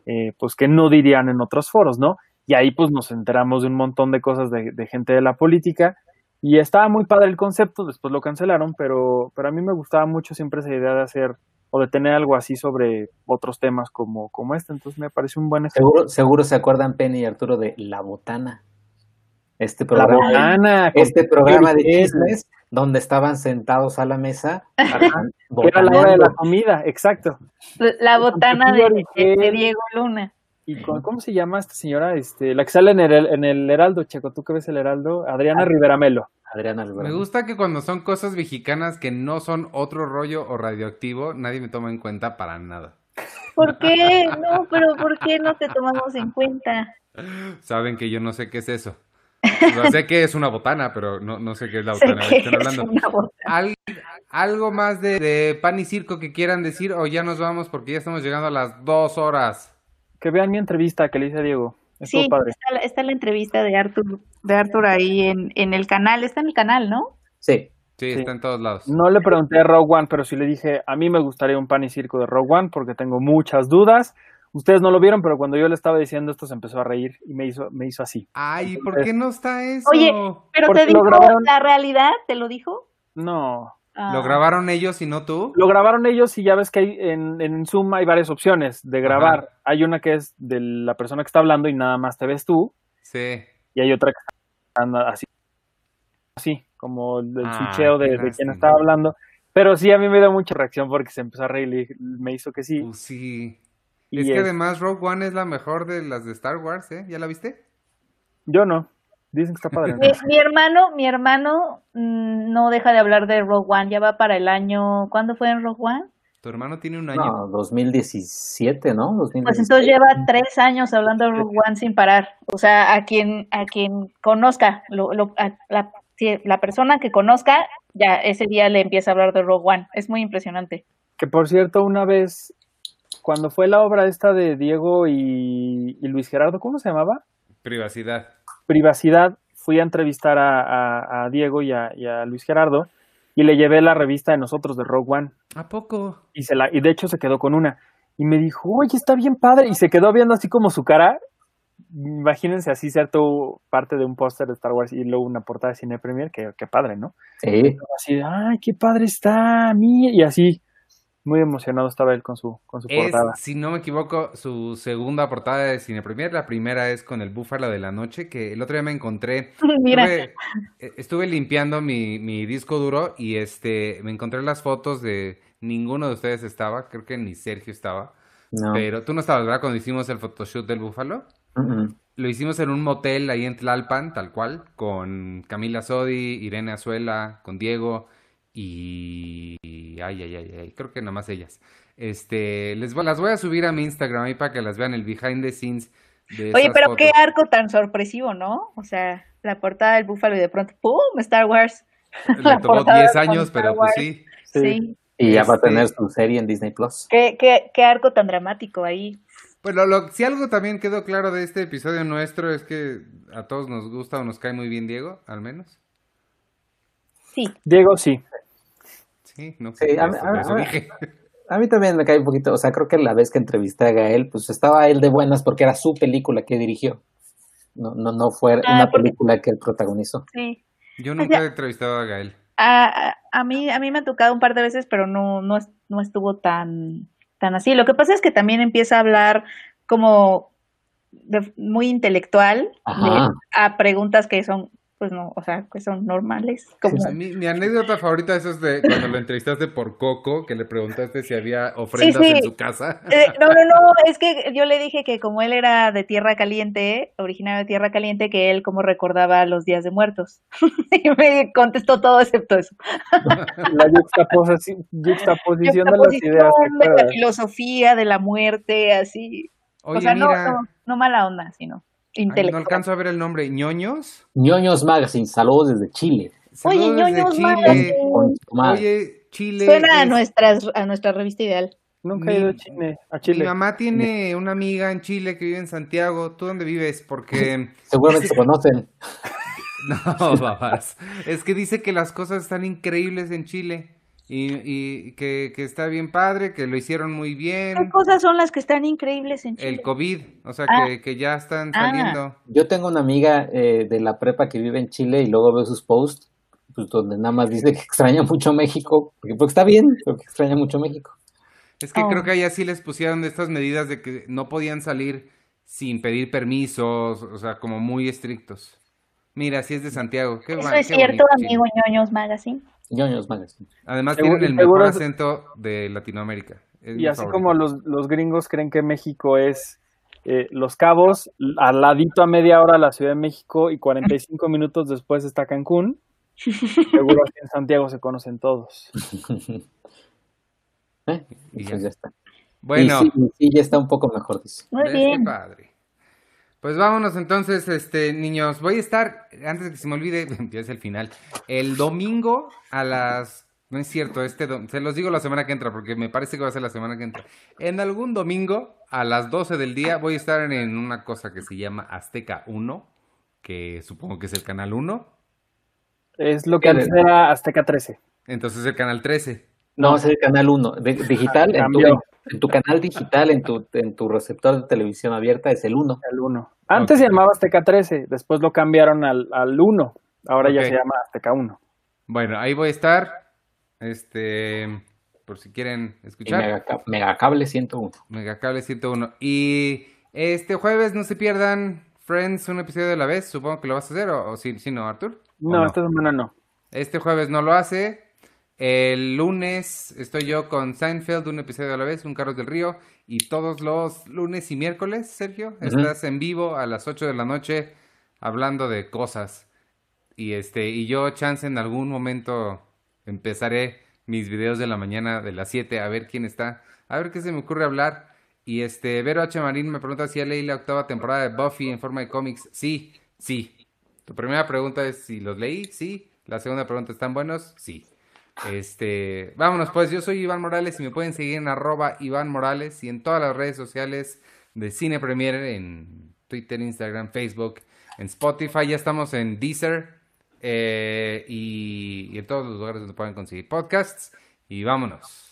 eh, pues que no dirían en otros foros, ¿no? Y ahí pues nos enteramos de un montón de cosas de, de gente de la política y estaba muy padre el concepto, después lo cancelaron, pero, pero a mí me gustaba mucho siempre esa idea de hacer o de tener algo así sobre otros temas como, como este, entonces me parece un buen ejemplo. Seguro, seguro se acuerdan Penny y Arturo de La Botana. Este programa, La Botana, este programa de Chismes, chismes donde estaban sentados a la mesa. que era la hora de la comida, exacto. La botana de, Origen. de Diego Luna. ¿Y con, cómo se llama esta señora? Este, la que sale en el, en el Heraldo, Checo, ¿tú que ves el Heraldo? Adriana Rivera Melo. Adriana Rivera. Me gusta que cuando son cosas mexicanas que no son otro rollo o radioactivo, nadie me toma en cuenta para nada. ¿Por qué? No, pero ¿por qué no te tomamos en cuenta? Saben que yo no sé qué es eso. O sea, sé que es una botana, pero no, no sé qué es la botana. Sé que Están hablando. es una botana. ¿Al- ¿Algo más de, de pan y circo que quieran decir o ya nos vamos porque ya estamos llegando a las dos horas? Que vean mi entrevista que le hice a Diego. Estuvo Sí, padre. está, la- está la entrevista de Arthur, de Arthur ahí en, en el canal. Está en el canal, ¿no? Sí. Sí, Sí. está en todos lados. No le pregunté a Rogue One, pero sí le dije, a mí me gustaría un pan y circo de Rogue One porque tengo muchas dudas. Ustedes no lo vieron, pero cuando yo le estaba diciendo esto se empezó a reír y me hizo, me hizo así. Ay, ¿por qué no está eso? Oye, pero Porque te dijo lo grabaron- la realidad, ¿te lo dijo? No. Ah. ¿Lo grabaron ellos y no tú? Lo grabaron ellos y ya ves que hay, en, en Zoom hay varias opciones de grabar. Ajá. Hay una que es de la persona que está hablando y nada más te ves tú. Sí. Y hay otra que anda así, así como el, el Ah, switcheo qué de, de quien lástima. estaba hablando. Pero sí, a mí me dio mucha reacción porque se empezó a reír y le dije- me hizo que sí. Pues sí. Y Es que es- además Rogue One es la mejor de las de Star Wars, ¿eh? ¿Ya la viste? Yo no. Dicen que está padre. Mi, mi hermano, mi hermano mmm, no deja de hablar de Rogue One, ya va para el año, ¿cuándo fue en Rogue One? Tu hermano tiene un año. No, dos mil diecisiete, ¿no? dos mil diecisiete. Pues entonces lleva tres años hablando de Rogue One sin parar. O sea, a quien, a quien conozca, lo, lo, a la, si la persona que conozca, ya ese día le empieza a hablar de Rogue One. Es muy impresionante. Que por cierto, una vez, cuando fue la obra esta de Diego y, y Luis Gerardo, ¿cómo se llamaba? Privacidad. Privacidad, fui a entrevistar a, a, a Diego y a, y a Luis Gerardo y le llevé la revista de nosotros de Rogue One ¿A poco? y, se la, y de hecho se quedó con una y me dijo, oye, está bien padre, y se quedó viendo así como su cara. Imagínense así ser tú parte de un póster de Star Wars y luego una portada de Cine Premier, que, que padre, ¿no? Sí. Así de, ay, qué padre está, mí y así, muy emocionado estaba él con su, con su Es, portada. si no me equivoco, su segunda portada de Cine Premier. La primera es con el Búfalo de la Noche, que el otro día me encontré. Mira, Estuve, eh, estuve limpiando mi, mi disco duro y este me encontré las fotos de ninguno de ustedes estaba, creo que ni Sergio estaba. No. Pero tú no estabas, ¿verdad? Cuando hicimos el photoshoot del Búfalo. Mm-mm. Lo hicimos en un motel ahí en Tlalpan, tal cual, con Camila Sodi, Irene Azuela, con Diego y... Ay, ay, ay, ay, creo que nada más ellas. Este, les voy- las voy a subir a mi Instagram ahí para que las vean el behind the scenes de oye, esas pero fotos. qué arco tan sorpresivo, ¿no? O sea, la portada del Búfalo y de pronto, ¡pum! Star Wars. Le La tomó portada diez con años, Star pero pues Wars. sí. Sí. Y ya va a Este- tener su serie en Disney Plus. ¿Qué, qué, qué arco tan dramático ahí. Pues lo, lo- si algo también quedó claro de este episodio nuestro es que a todos nos gusta o nos cae muy bien Diego, al menos. Sí. Diego, sí. Sí, no, Sí, pues, a mí- eso, a mí- eso a mí- dije. A mí también me cae un poquito, o sea, creo que la vez que entrevisté a Gael, pues estaba él de buenas porque era su película que dirigió. No, no, no fue Ah, una porque- película que él protagonizó. Sí. Yo O nunca sea- he entrevistado a Gael. A, a, a mí, a mí me ha tocado un par de veces, pero no, no, es- no estuvo tan, tan así. Lo que pasa es que también empieza a hablar como de- muy intelectual Ajá. de- a preguntas que son, pues no, o sea, que son normales. Como, Mi, mi anécdota favorita eso es de cuando lo entrevistaste por Coco, que le preguntaste si había ofrendas sí. en su casa. Eh, no, no, no, es que yo le dije que como él era de Tierra Caliente, originario de Tierra Caliente, que él como recordaba los días de muertos. Y me contestó todo excepto eso. La juxtaposición, juxtaposición de las Juxtaposición ideas. ¿te de la acuerdas? filosofía, de la muerte, así. Oye, o sea, no, mira, no, no mala onda, sino ay, no intelectual. alcanzo a ver el nombre. ¿Ñoños? Ñoños Magazine, saludos desde Chile. Oye, Saludos desde ñoños Chile. Magazine. Con su madre. Oye, Chile. Suena a, es- nuestras, a nuestra revista ideal. Nunca he ido a Mi- Chile. A Mi Chile. mamá tiene una amiga en Chile que vive en Santiago. ¿Tú dónde vives? Porque... Seguramente se conocen. No, babas. Es que dice que las cosas están increíbles en Chile. y, y que, que está bien padre, que lo hicieron muy bien. ¿Qué cosas son las que están increíbles en Chile? El COVID, o sea, Ah. que, que ya están Ah. saliendo. Yo tengo una amiga eh, de la prepa que vive en Chile y luego veo sus posts, pues donde nada más dice que extraña mucho México, porque, porque está bien, pero que extraña mucho México. Es que Oh. creo que allá sí les pusieron de estas medidas de que no podían salir sin pedir permisos, o sea, como muy estrictos. Mira, si es de Santiago. Qué, Eso ba- es qué cierto, bonito, Chile. amigo ñoños Magazine. Ñoños Magazine. Además Seguro- tienen el seguro mejor es- acento de Latinoamérica. Es Y mi así favorito. como los, los gringos creen que México es eh, Los Cabos, al ladito a media hora la Ciudad de México y cuarenta y cinco minutos después está Cancún, seguro aquí en Santiago se conocen todos. ¿Eh? Y Pues ya. ya está. Bueno, Y sí, y sí, ya está un poco mejor, dice. Muy ves qué bien. padre. Pues vámonos entonces, este, niños. Voy a estar, antes de que se me olvide, ya es el final, el domingo a las... No es cierto, este dom- se los digo la semana que entra, porque me parece que va a ser la semana que entra. En algún domingo, a las doce del día, voy a estar en, en una cosa que se llama Azteca uno, que supongo que es el canal uno. Es lo que antes era Azteca trece. Entonces el canal trece. No, es el canal uno. De- digital, en tu, Cambió. en tu canal digital, en tu, en tu receptor de televisión abierta, es el uno. El uno. Antes Ok. se llamaba Azteca trece, después lo cambiaron al, al uno. Ahora ya Ok. se llama Azteca uno. Bueno, ahí voy a estar. Este, por si quieren Y escuchar. Megaca- Megacable ciento uno. Megacable ciento uno. Y este jueves no se pierdan Friends un episodio de la vez. Supongo que lo vas a hacer, o, o sí, sí, no, Artur. ¿O No, esta semana no. Este jueves no lo hace. El lunes estoy yo con Seinfeld, un episodio a la vez, un Carros del Río. Y todos los lunes y miércoles, Sergio, Ujú. estás en vivo a las ocho de la noche hablando de cosas. Y este, y yo, chance, en algún momento empezaré mis videos de la mañana de las siete a ver quién está, a ver qué se me ocurre hablar. Y este, Vero H. Marín me pregunta si ya leí la octava temporada de Buffy en forma de cómics. Sí, sí. Tu primera pregunta es si los leí, sí. La segunda pregunta, ¿están buenos? Sí. Este, vámonos pues, yo soy Iván Morales y me pueden seguir en arroba Iván Morales y en todas las redes sociales de Cine Premier, en Twitter, Instagram, Facebook, en Spotify, ya estamos en Deezer eh, y, y en todos los lugares donde pueden conseguir podcasts. Y vámonos.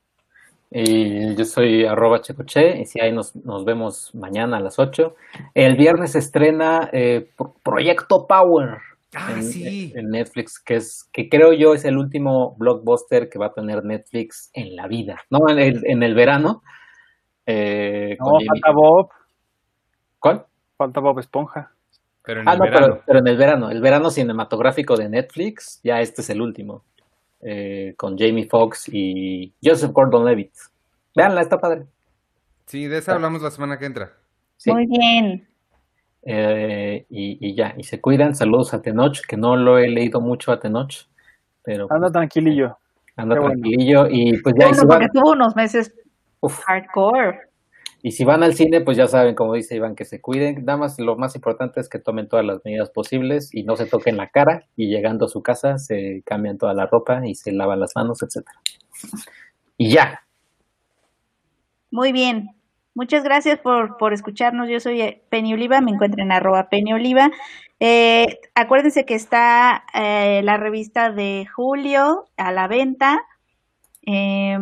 Y yo soy arroba checoche, y si ahí nos, nos vemos mañana a las ocho. El viernes se estrena eh, Pro- Proyecto Power Ah, en, sí. en Netflix, que es que creo yo es el último blockbuster que va a tener Netflix en la vida. No, en el, en el verano. Eh, No, con Jamie- falta Bob, ¿Cuál? falta Bob Esponja. Pero en Ah, el no, verano. pero, pero en el verano. El verano cinematográfico de Netflix, ya este es el último. Eh, con Jamie Foxx y Joseph Gordon-Levitt. Veanla, está padre. Sí, de esa hablamos la semana que entra. Sí. Muy bien. Eh, y, y ya, y se cuidan. Saludos a Tenoch, que no lo he leído mucho a Tenoch, pero Anda tranquilillo. anda qué bueno. tranquilillo. Y pues ya, y Bueno, si, van, porque tuvo unos meses uf, hardcore. y si van al cine, pues ya saben, como dice Iván, que se cuiden. Nada más, lo más importante es que tomen todas las medidas posibles y no se toquen la cara. Y llegando a su casa, se cambian toda la ropa y se lavan las manos, etcétera. Y ya. Muy bien. Muchas gracias por, por escucharnos. Yo soy eh, Penny Oliva, me encuentran en arroba Penny Oliva. Eh, acuérdense que está eh, la revista de Julio a la venta. Eh,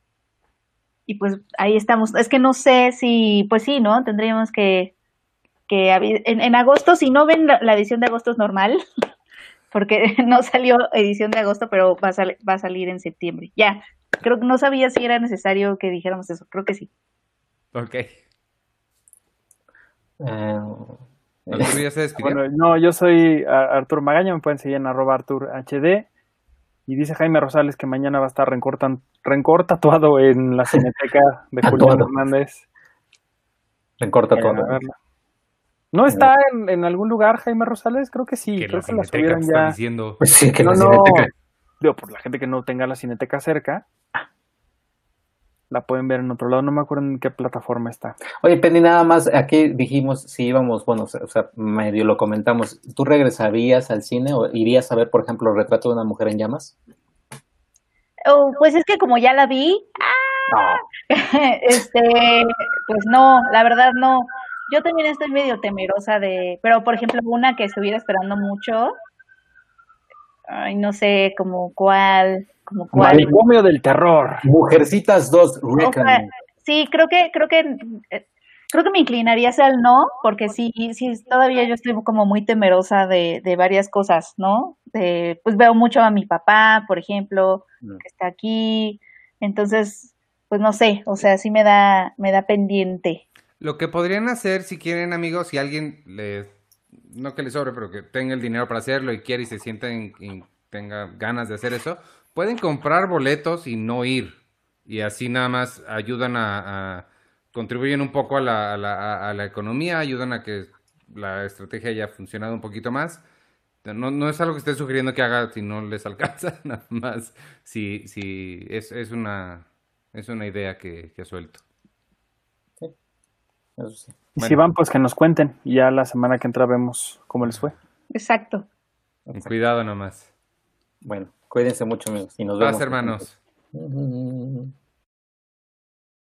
y pues ahí estamos. Es que no sé si, pues sí, ¿no? Tendríamos que, que avi- en, en agosto, si no ven la, la edición de agosto es normal, porque no salió edición de agosto, pero va a, sal- va a salir en septiembre. Ya, creo que no sabía si era necesario que dijéramos eso, creo que sí. Ok. Eh, Arturo ya se despidió. Bueno, no, yo soy a- Artur Magaña, me pueden seguir en arroba Artur H D. Y dice Jaime Rosales que mañana va a estar rencor, tan- rencor tatuado en la Cineteca de Julián Tatuado. Hernández. recorta Vayan todo. a verla. ¿No está en, en algún lugar Jaime Rosales? Creo que sí, que creo la que la Cineteca subieron te está ya. diciendo. Pues sí, que No, la no, Cineteca- digo, por la gente que no tenga la Cineteca cerca, la pueden ver en otro lado, no me acuerdo en qué plataforma está. Oye, Penny, nada más, aquí dijimos si íbamos, bueno, o sea, o sea, medio lo comentamos. ¿Tú regresarías al cine o irías a ver, por ejemplo, el retrato de una mujer en llamas? Oh, pues es que como ya la vi, No. este, pues no, la verdad no. Yo también estoy medio temerosa de, pero por ejemplo, una que estuviera esperando mucho, ay, no sé, como cuál, ¿Como cuál? Manicomio del terror. Mujercitas dos, O sea, Reckoning. sí, creo que Mujercitas dos, o sea, Reckoning. sí, creo que creo que eh, creo que me inclinaría hacia el no, porque sí, sí, todavía yo estoy como muy temerosa de, de varias cosas, ¿no? De, pues veo mucho a mi papá, por ejemplo, Mm. que está aquí, entonces, pues no sé, o sea, sí me da, me da pendiente. Lo que podrían hacer si quieren, amigos, si alguien le, no que le sobre, pero que tenga el dinero para hacerlo y quiere y se sienta en- y tenga ganas de hacer eso, pueden comprar boletos y no ir. Y así nada más ayudan a, a- contribuyen un poco a la, a la, a- a la economía, ayudan a que la estrategia haya funcionado un poquito más. No, no es algo que esté sugiriendo que haga si no les alcanza, nada más. Si, si es, es una, es una idea que, que suelto. Eso sí. Y Bueno. si van, pues que nos cuenten. Y ya la semana que entra vemos cómo les fue. Exacto. Con cuidado nomás. Bueno, cuídense mucho, amigos. Y nos Paz, vemos. hermanos. Mm.